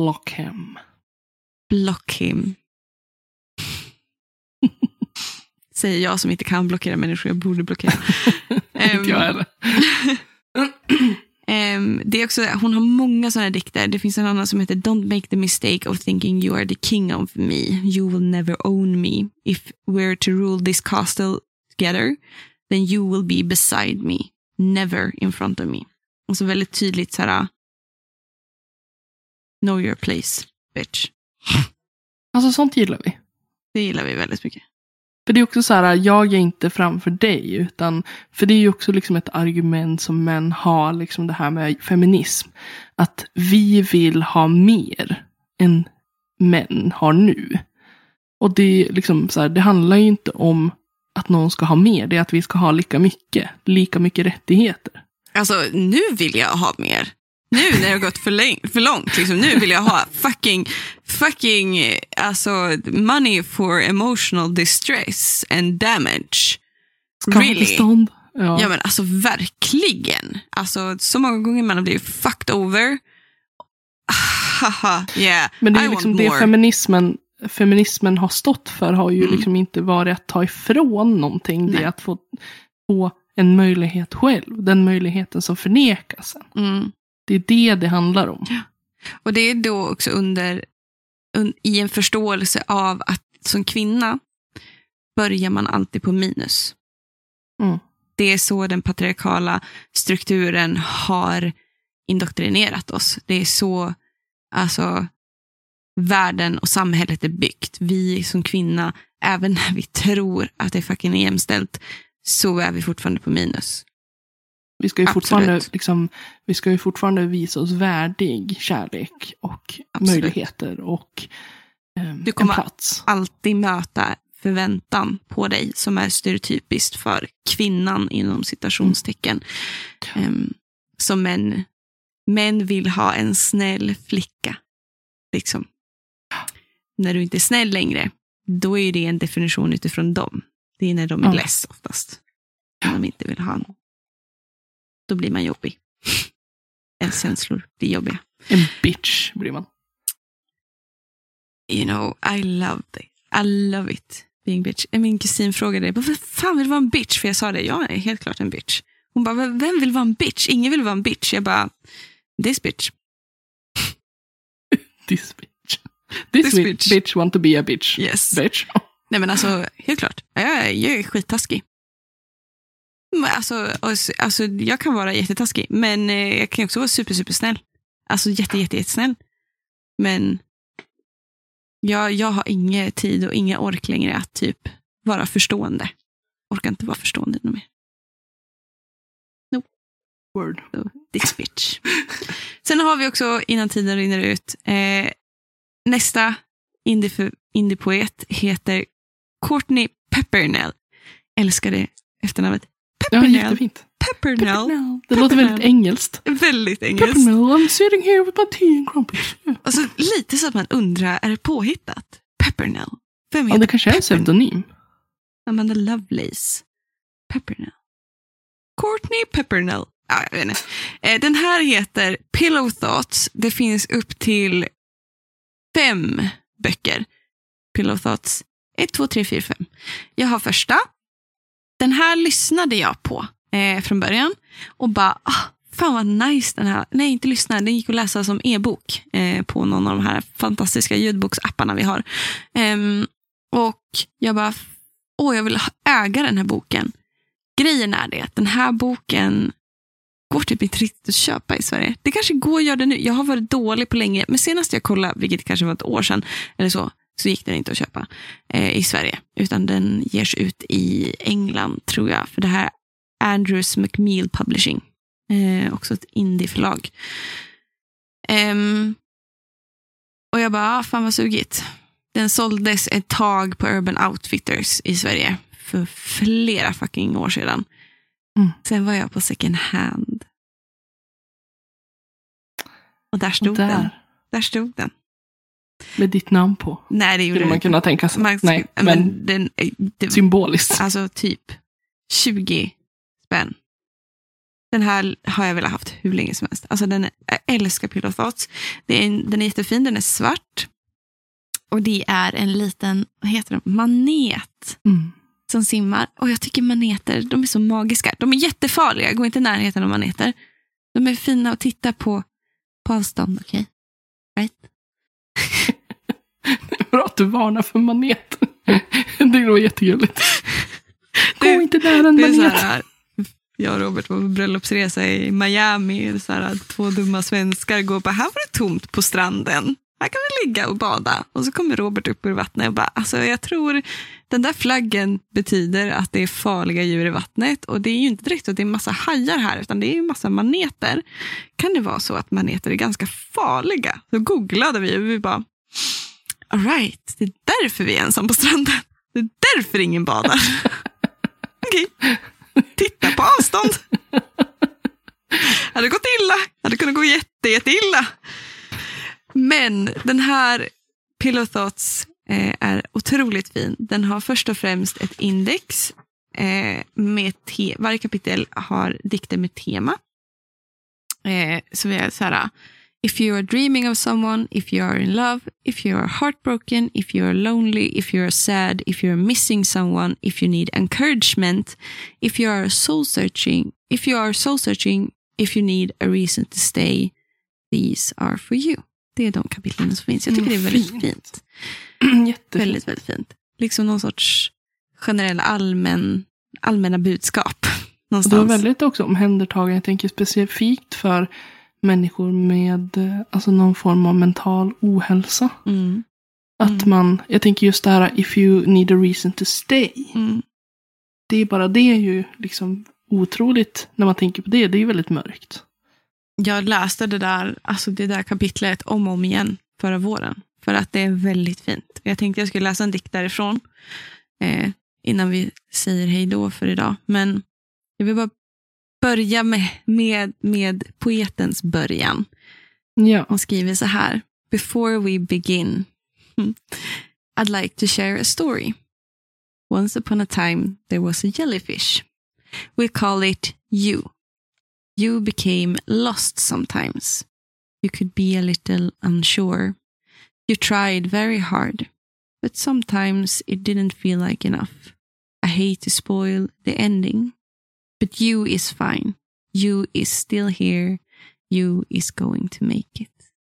Block him. Säger jag som inte kan blockera människor, jag borde blockera. Inte jag heller. Det är också, hon har många sådana dikter. Det finns en annan som heter Don't make the mistake of thinking you are the king of me. You will never own me. If we're to rule this castle together, then you will be beside me. Never in front of me. Och så väldigt tydligt så här, Know your place, bitch. Alltså sånt gillar vi. Det gillar vi väldigt mycket. För det är också så här, jag är inte framför dig, utan för det är ju också liksom ett argument som män har, liksom det här med feminism. Att vi vill ha mer än män har nu. Och det är liksom så här, det handlar ju inte om att någon ska ha mer, det är att vi ska ha lika mycket rättigheter. Alltså, nu vill jag ha mer. Nu när det har gått för långt, liksom, nu vill jag ha fucking alltså, money for emotional distress and damage. Really? Ja, men alltså verkligen. Alltså, så många gånger man har blivit fucked over. Yeah, men det är liksom det feminismen har stått för, har ju liksom inte varit att ta ifrån någonting. Nej. Det är att få en möjlighet själv. Den möjligheten som förnekas. Det är det handlar om. Ja. Och det är då också i en förståelse av att som kvinna börjar man alltid på minus. Det är så den patriarkala strukturen har indoktrinerat oss. Det är så alltså världen och samhället är byggt. Vi som kvinna, även när vi tror att det fucking är jämställt, så är vi fortfarande på minus. Vi ska ju fortfarande visa oss värdig kärlek och möjligheter och du kommer plats. Alltid möta förväntan på dig som är stereotypiskt för kvinnan inom citationstecken. Som män vill ha en snäll flicka. Liksom. När du inte är snäll längre, då är det en definition utifrån dem. Det är när de är less oftast. När de inte vill ha någon. Då blir man jobbig. Ens känslor blir jobbiga. En bitch blir man. You know, I love it. Being bitch. Min kusin frågade, vad fan vill du vara en bitch? För jag sa det, jag är helt klart en bitch. Hon bara, vem vill vara en bitch? Ingen vill vara en bitch. Jag bara, this bitch. This bitch. This bitch want to be a bitch. Yes. Bitch. Nej men alltså, helt klart. Jag är skittaskig. Alltså, jag kan vara jättetaskig. Men jag kan också vara super snäll. Alltså jättesnäll. Men jag har ingen tid och ingen ork längre att typ vara förstående. Orkar inte vara förstående något mer. No. Word. So, this bitch. Sen har vi också, innan tiden rinner ut, nästa indie-poet heter Courtney Peppernell. Älskar det efternamnet. Peppernell. Ja, jättefint. Peppernell. Det låter väldigt engelskt. Väldigt engelskt. Peppernell, I'm sitting here with my tea and crumpets. Alltså lite så att man undrar, är det påhittat? Peppernell. Vem heter det kanske är en pseudonym. Amanda Lovelace. Peppernell. Courtney Peppernell. Ja, jag vet inte. Den här heter Pillow Thoughts. Det finns upp till 5 böcker. Pillow Thoughts 1, 2, 3, 4, 5. Jag har första. Den här lyssnade jag på från början. Och bara, fan vad nice den här. Nej, inte lyssna. Den gick att läsa som e-bok på någon av de här fantastiska ljudboksapparna vi har. Och jag bara, jag vill äga den här boken. Grejen är det att den här boken går typ inte riktigt att köpa i Sverige. Det kanske går att göra det nu. Jag har varit dålig på länge. Men senast jag kollade, vilket kanske var ett år sedan eller så gick den inte att köpa i Sverige. Utan den ges ut i England, tror jag. För det här Andrews Macmillan Publishing. Också ett indieförlag. Och jag bara, fan vad sugigt. Den såldes ett tag på Urban Outfitters i Sverige. För flera fucking år sedan. Sen var jag på second hand. Och där stod den. Där stod den. Med ditt namn på. Nej, det gjorde man kunna tänka sig. Nej, men det, symboliskt. Alltså typ 20 spänn. Den här har jag väl haft hur länge som helst. Alltså jag älskar Pillow Thoughts. Den är jättefin, den är svart. Och det är en liten, vad heter det? Manet. Som simmar. Och jag tycker maneter, de är så magiska. De är jättefarliga, jag går inte i närheten av maneter. De är fina att titta på avstånd, okej? Right? Det är bra att du varnar för maneter. Det var jättegulligt. Gå inte där en manet. jag och Robert var på bröllopsresa i Miami. Så här, 2 dumma svenskar går på, här var det tomt på stranden. Här kan vi ligga och bada. Och så kommer Robert upp ur vattnet och bara, alltså jag tror den där flaggen betyder att det är farliga djur i vattnet. Och det är ju inte direkt att det är massa hajar här, utan det är ju massa maneter. Kan det vara så att maneter är ganska farliga? Så googlade vi och vi bara, all right, det är därför vi är ensam på stranden. Det är därför ingen badar. Okej, titta på avstånd. Hade gått illa. Hade kunnat gå jätteilla. Men den här Pillow Thoughts är otroligt fin. Den har först och främst ett index. Med varje kapitel har dikter med tema. Så vi är så här: if you are dreaming of someone, if you are in love, if you are heartbroken, if you are lonely, if you are sad, if you are missing someone, if you need encouragement, if you are soul searching, if you need a reason to stay, these are for you. Det är de kapitlen som finns. Jag tycker det är väldigt fint. Jättefint. Väldigt, väldigt fint. Liksom någon sorts generella allmänna budskap. Någonstans. Det var väldigt också omhändertagande. Jag tänker specifikt för människor med alltså någon form av mental ohälsa. Att jag tänker just det här, if you need a reason to stay. Det är bara det är ju liksom otroligt när man tänker på det. Det är ju väldigt mörkt. Jag läste det där kapitlet om och om igen förra våren. För att det är väldigt fint. Jag tänkte jag skulle läsa en dikt därifrån. Innan vi säger hej då för idag. Men jag vill bara börja med poetens början. Ja. Hon skriver så här: before we begin, I'd like to share a story. Once upon a time there was a jellyfish. We call it you. You became lost sometimes. You could be a little unsure. You tried very hard, but sometimes it didn't feel like enough. I hate to spoil the ending, but you is fine. You is still here. You is going to make it.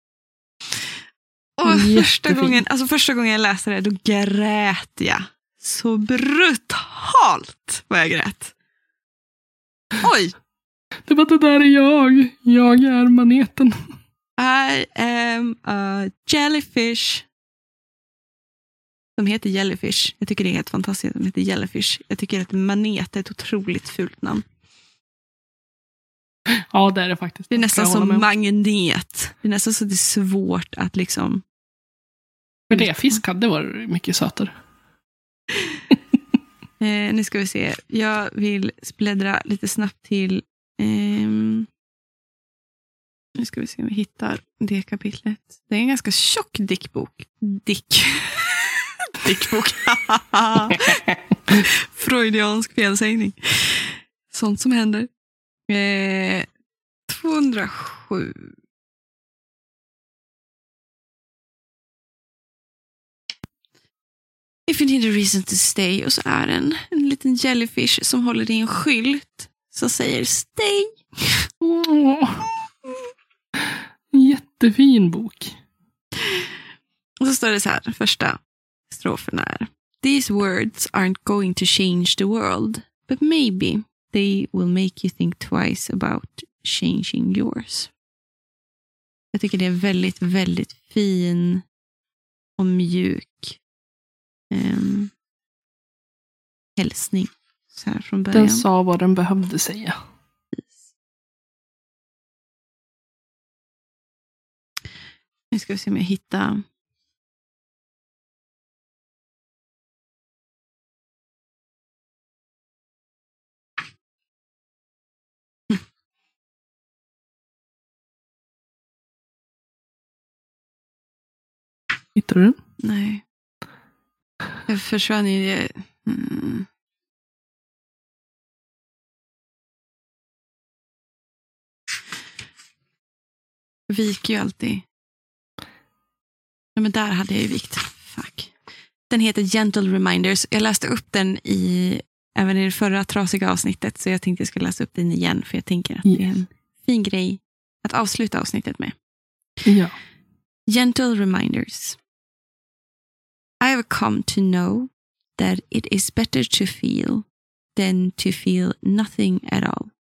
Och första gången jag läste det, då grät jag. Så brutalt vad jag grät. Oj! Det var det där är jag. Jag är maneten. I am a jellyfish. De heter Jellyfish. Jag tycker det är helt fantastiskt. De heter Jellyfish. Jag tycker att manet är ett otroligt fult namn. Ja, det är det faktiskt. Det är nästan som magnet. Det är nästan så det är svårt att liksom... Men det fisk hade varit mycket sötare. Nu ska vi se. Jag vill bläddra lite snabbt till... Nu ska vi se om vi hittar det kapitlet. Det är en ganska tjock dickbok. Dickbok. Freudiansk felsägning. Sånt som händer. 207. If you need a reason to stay. Och så är det en liten jellyfish som håller i en skylt som säger stay. Jättefin bok. Och så står det så här, första strofen är: these words aren't going to change the world, but maybe they will make you think twice about changing yours. Jag tycker det är väldigt, väldigt fin och mjuk hälsning så här från början. Den sa vad den behövde säga. Nu ska vi se om jag hittar. Hittar du den? Nej. Jag försvann i det. Jag viker ju alltid. Ja, men där hade jag ju vikt. Fuck. Den heter Gentle Reminders. Jag läste upp den även i det förra trasiga avsnittet. Så jag tänkte jag skulle läsa upp den igen. För jag tänker att det är en fin grej att avsluta avsnittet med. Ja. Gentle Reminders. I have come to know that it is better to feel than to feel nothing at all.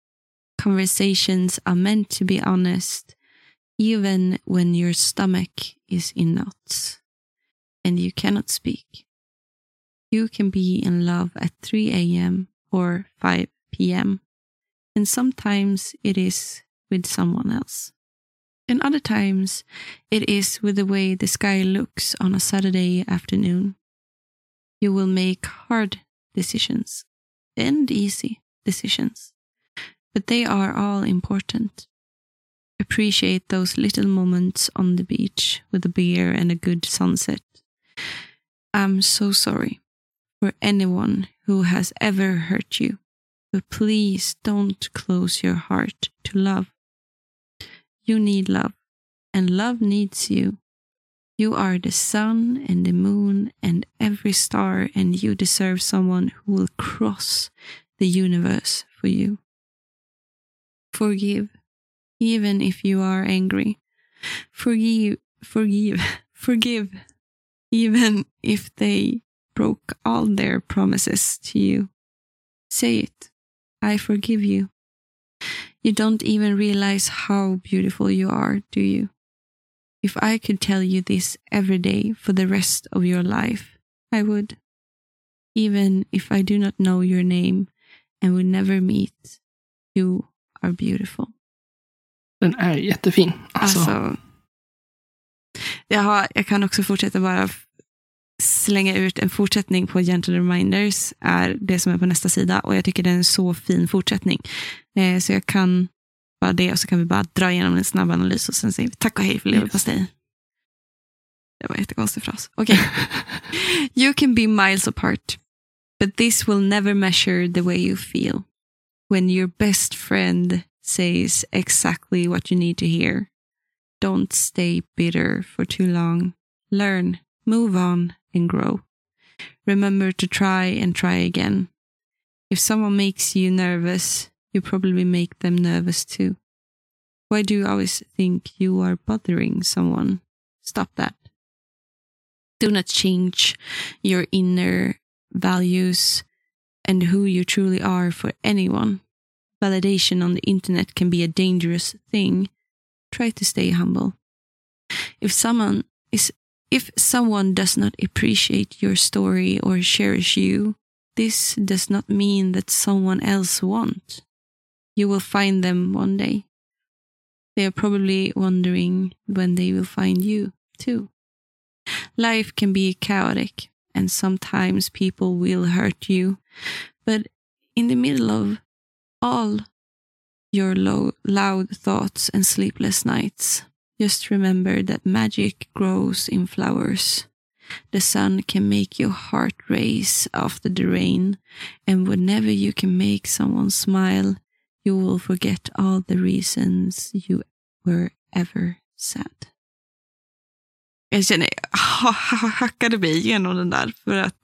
conversations are meant to be honest, even when your stomach is in knots and you cannot speak. You can be in love at 3 a.m. or 5 p.m. And sometimes it is with someone else. And other times it is with the way the sky looks on a Saturday afternoon. You will make hard decisions and easy decisions, but they are all important. Appreciate those little moments on the beach with a beer and a good sunset. I'm so sorry for anyone who has ever hurt you, but please don't close your heart to love. You need love, and love needs you. You are the sun and the moon and every star, and you deserve someone who will cross the universe for you. Forgive, even if you are angry. Forgive, even if they broke all their promises to you. Say it. I forgive you. You don't even realize how beautiful you are, do you? If I could tell you this every day for the rest of your life, I would. Even if I do not know your name and we never meet, you are beautiful. Den är jättefin. Alltså jag kan också fortsätta bara slänga ut en fortsättning på Gentle Reminders är det som är på nästa sida, och jag tycker det är en så fin fortsättning. Så jag kan bara det, och så kan vi bara dra igenom en snabb analys och sen säger vi tack och hej för leverpastej. Det var en jättekonstig fras. Okej. You can be miles apart, but this will never measure the way you feel when your best friend says exactly what you need to hear. Don't stay bitter for too long. Learn, move on, and grow. Remember to try and try again. If someone makes you nervous, you probably make them nervous too. Why do you always think you are bothering someone? Stop that. Do not change your inner values and who you truly are for anyone. Validation on the internet can be a dangerous thing. Try to stay humble. If someone does not appreciate your story or cherish you, this does not mean that someone else won't. You will find them one day. They are probably wondering when they will find you, too. Life can be chaotic, and sometimes people will hurt you, but in the middle of all your loud thoughts and sleepless nights, just remember that magic grows in flowers. The sun can make your heart race after the rain, and whenever you can make someone smile, you will forget all the reasons you were ever sad. Jag känner, hackade mig igenom den där, för att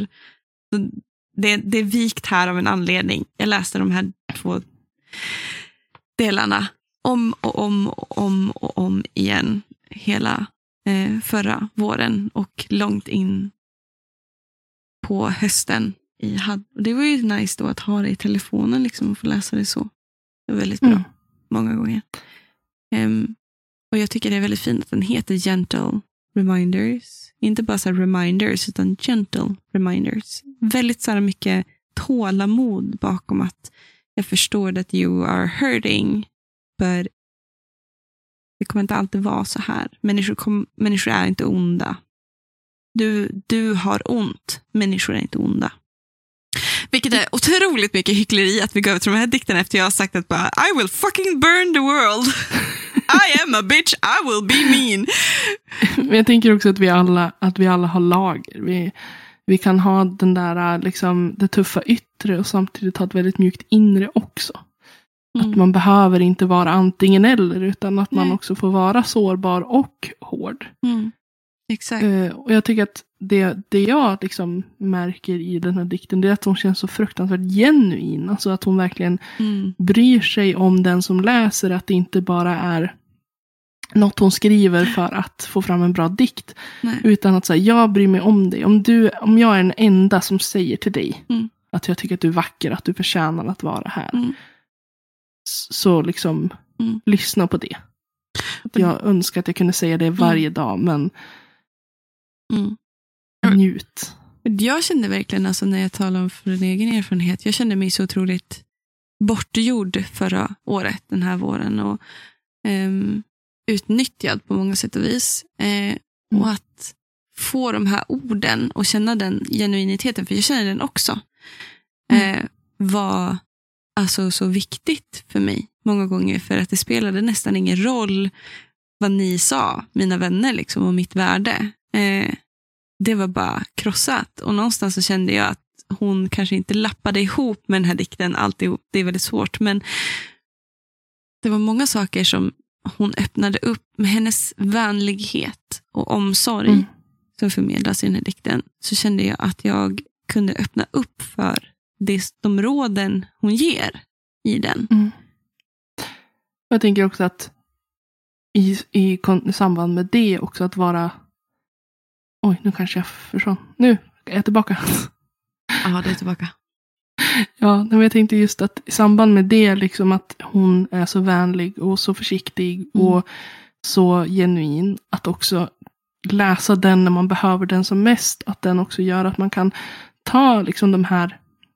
det är vikt här av en anledning. Jag läste de här 2 delarna om igen hela förra våren och långt in på hösten. Och det var ju nice då att ha det i telefonen liksom, och få läsa det så. Det var väldigt bra, många gånger. Och jag tycker det är väldigt fint att den heter Gentle Reminders. Inte bara så här reminders, utan Gentle Reminders. Väldigt så här mycket tålamod bakom att jag förstår that you are hurting, but det kommer inte alltid vara så här. Människor är inte onda. Du har ont. Människor är inte onda. Vilket är otroligt mycket hyckleri att vi går över till de här dikterna efter jag har sagt att bara I will fucking burn the world. I am a bitch, I will be mean. Men jag tänker också att vi alla har lager. Vi kan ha den där liksom det tuffa yttre och samtidigt ha ett väldigt mjukt inre också. Att man behöver inte vara antingen eller, utan att man också får vara sårbar och hård. Exakt. Och jag tycker att det jag liksom märker i den här dikten, det är att hon känns så fruktansvärt genuin. Alltså att hon verkligen bryr sig om den som läser, att det inte bara är något hon skriver för att få fram en bra dikt. Nej. Utan att säga, jag bryr mig om dig. Om jag är den enda som säger till dig att jag tycker att du är vacker, att du förtjänar att vara här. Så liksom lyssna på det. Jag önskar att jag kunde säga det varje dag, men njut. Jag kände verkligen, alltså, när jag talar om från egen erfarenhet, jag kände mig så otroligt bortgjord förra året, den här våren, och utnyttjad på många sätt och vis. Och att få de här orden och känna den genuiniteten, för jag känner den också, var alltså så viktigt för mig många gånger, för att det spelade nästan ingen roll vad ni sa, mina vänner liksom, och mitt värde. Det var bara krossat, och någonstans så kände jag att hon kanske inte lappade ihop med den här dikten alltihop, det är väldigt svårt, men det var många saker som hon öppnade upp med hennes vänlighet och omsorg som förmedlas i den här dikten. Så kände jag att jag kunde öppna upp för de råden hon ger i den. Jag tänker också att i samband med det också att vara... Oj, nu kanske jag försvann. Nu är jag tillbaka. Ja, det är tillbaka. Ja, men jag tänkte just att i samband med det, liksom att hon är så vänlig och så försiktig och så genuin, att också läsa den när man behöver den som mest, att den också gör att man kan ta liksom de här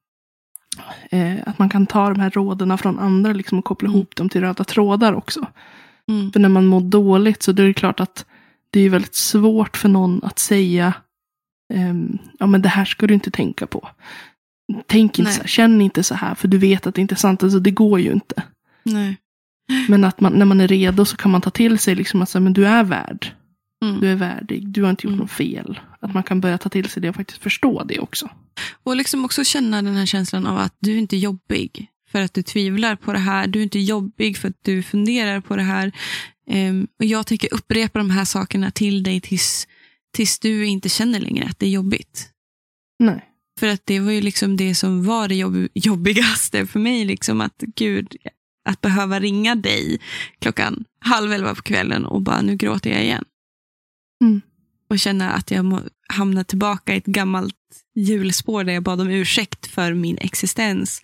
råden från andra liksom, och koppla ihop dem till röda trådar också. För när man mår dåligt så är det klart att det är väldigt svårt för någon att säga ja, men det här ska du inte tänka på. Tänk inte så här, känn inte så här, för du vet att det inte är sant. Alltså det går ju inte. Nej. Men att när man är redo så kan man ta till sig liksom att säga, men du är värd. Du är värdig, du har inte gjort något fel. Att man kan börja ta till sig det och faktiskt förstå det också. Och liksom också känna den här känslan av att du är inte jobbig för att du tvivlar på det här. Du är inte jobbig för att du funderar på det här. Och jag tänker upprepa de här sakerna till dig tills du inte känner längre att det är jobbigt. Nej. För att det var ju liksom det som var det jobbigaste för mig. Liksom att gud, att behöva ringa dig 22:30 på kvällen och bara, nu gråter jag igen. Och känna att jag hamnar tillbaka i ett gammalt hjulspår där jag bad om ursäkt för min existens.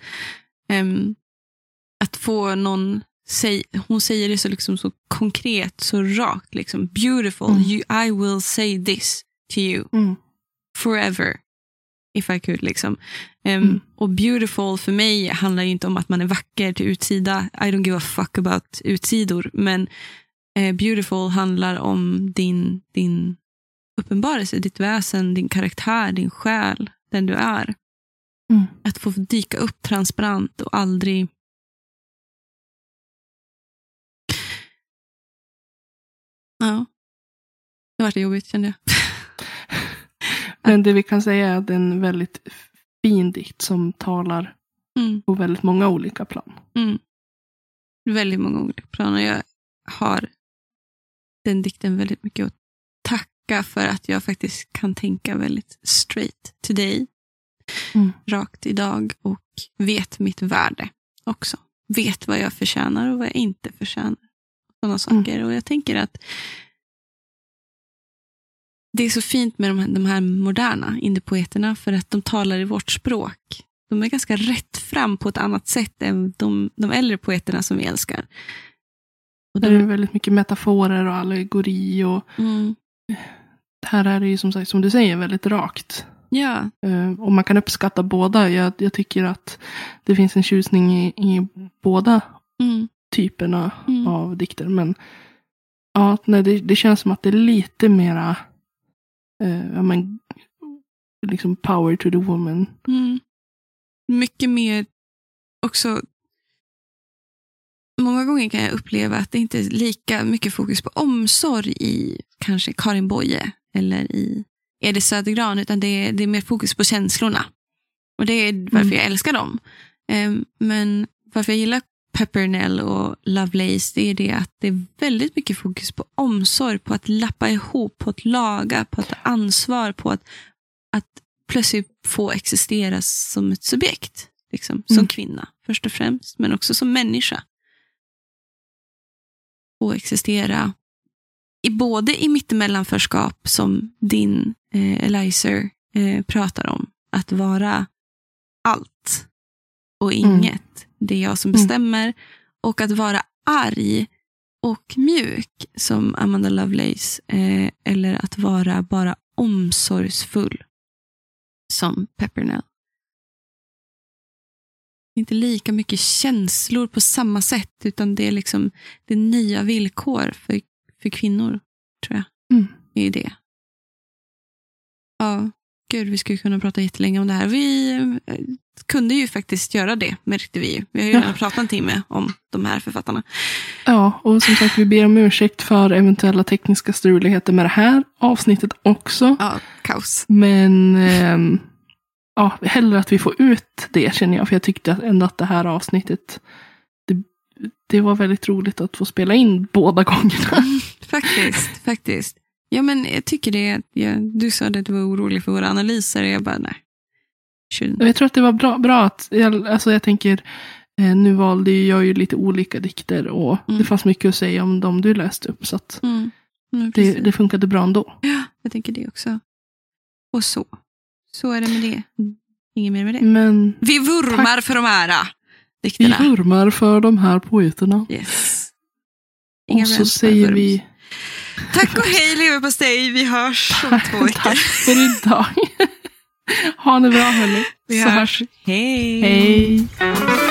Att få någon hon säger det så, liksom, så konkret, så rakt liksom, beautiful, I will say this to you forever if I could liksom. Och beautiful för mig handlar ju inte om att man är vacker till utsida, I don't give a fuck about utsidor, men beautiful handlar om din uppenbarelse, ditt väsen, din karaktär, din själ, den du är. Att få dyka upp transparent och aldrig det var det jobbigt, kände jag. Men det vi kan säga är att det är en väldigt fin dikt som talar på väldigt många olika plan. Väldigt många olika plan, och jag har den dikten väldigt mycket att tacka för, att jag faktiskt kan tänka väldigt straight to dig, rakt idag, och vet mitt värde också. Vet vad jag förtjänar och vad jag inte förtjänar. Sådana saker. Och jag tänker att det är så fint med de här moderna indiepoeterna, för att de talar i vårt språk. De är ganska rätt fram på ett annat sätt än de äldre poeterna som vi älskar. Och det är väldigt mycket metaforer och allegori och här är det ju som sagt, som du säger, väldigt rakt. Ja. Och man kan uppskatta båda. Jag tycker att det finns en tjusning i båda typerna av dikter. Men ja, det känns som att det är lite mera liksom power to the woman. Mycket mer också. Många gånger kan jag uppleva att det inte är lika mycket fokus på omsorg i kanske Karin Boye eller i Edith Södergran, utan det är mer fokus på känslorna. Och det är varför jag älskar dem. Men varför jag gillar Peppernell och Lovelace, det är det att det är väldigt mycket fokus på omsorg, på att lappa ihop, på att laga, på att ta ansvar, på att plötsligt få existera som ett subjekt. Liksom, som kvinna först och främst, men också som människa. Och existera både i mittemellanförskap som din Eliza pratar om. Att vara allt och inget. Det är jag som bestämmer, Och att vara arg och mjuk som Amanda Lovelace, eller att vara bara omsorgsfull som Peppernell. Inte lika mycket känslor på samma sätt, utan det är liksom det nya villkor för kvinnor, tror jag. Det är det. Ja, gud, vi skulle kunna prata jättelänge om det här. Vi kunde ju faktiskt göra det, märkte vi ju. Vi har ju redan pratat en timme om de här författarna. Ja, och som sagt, vi ber om ursäkt för eventuella tekniska struligheter med det här avsnittet också. Ja, kaos. Men ja, hellre att vi får ut det, känner jag. För jag tyckte ändå att det här avsnittet, det var väldigt roligt att få spela in båda gångerna. Faktiskt. Ja, men jag tycker det. Du sa att du var orolig för våra analyser. Jag bara, nej. Jag tror att det var bra att, jag tänker, nu valde jag ju lite olika dikter och det fanns mycket att säga om dem du läste upp. Så att det funkade bra ändå. Ja, jag tänker det också. Och så är det med det. Inget mer med det. Men, vi vurmar för de här dikterna. Vi vurmar för de här poeterna. Yes. Och så säger vi... Tack och hej, leverpastej. Vi hörs om 2 veckor. Tack för idag. Ha det bra, hörni. Vi hörs. Hej.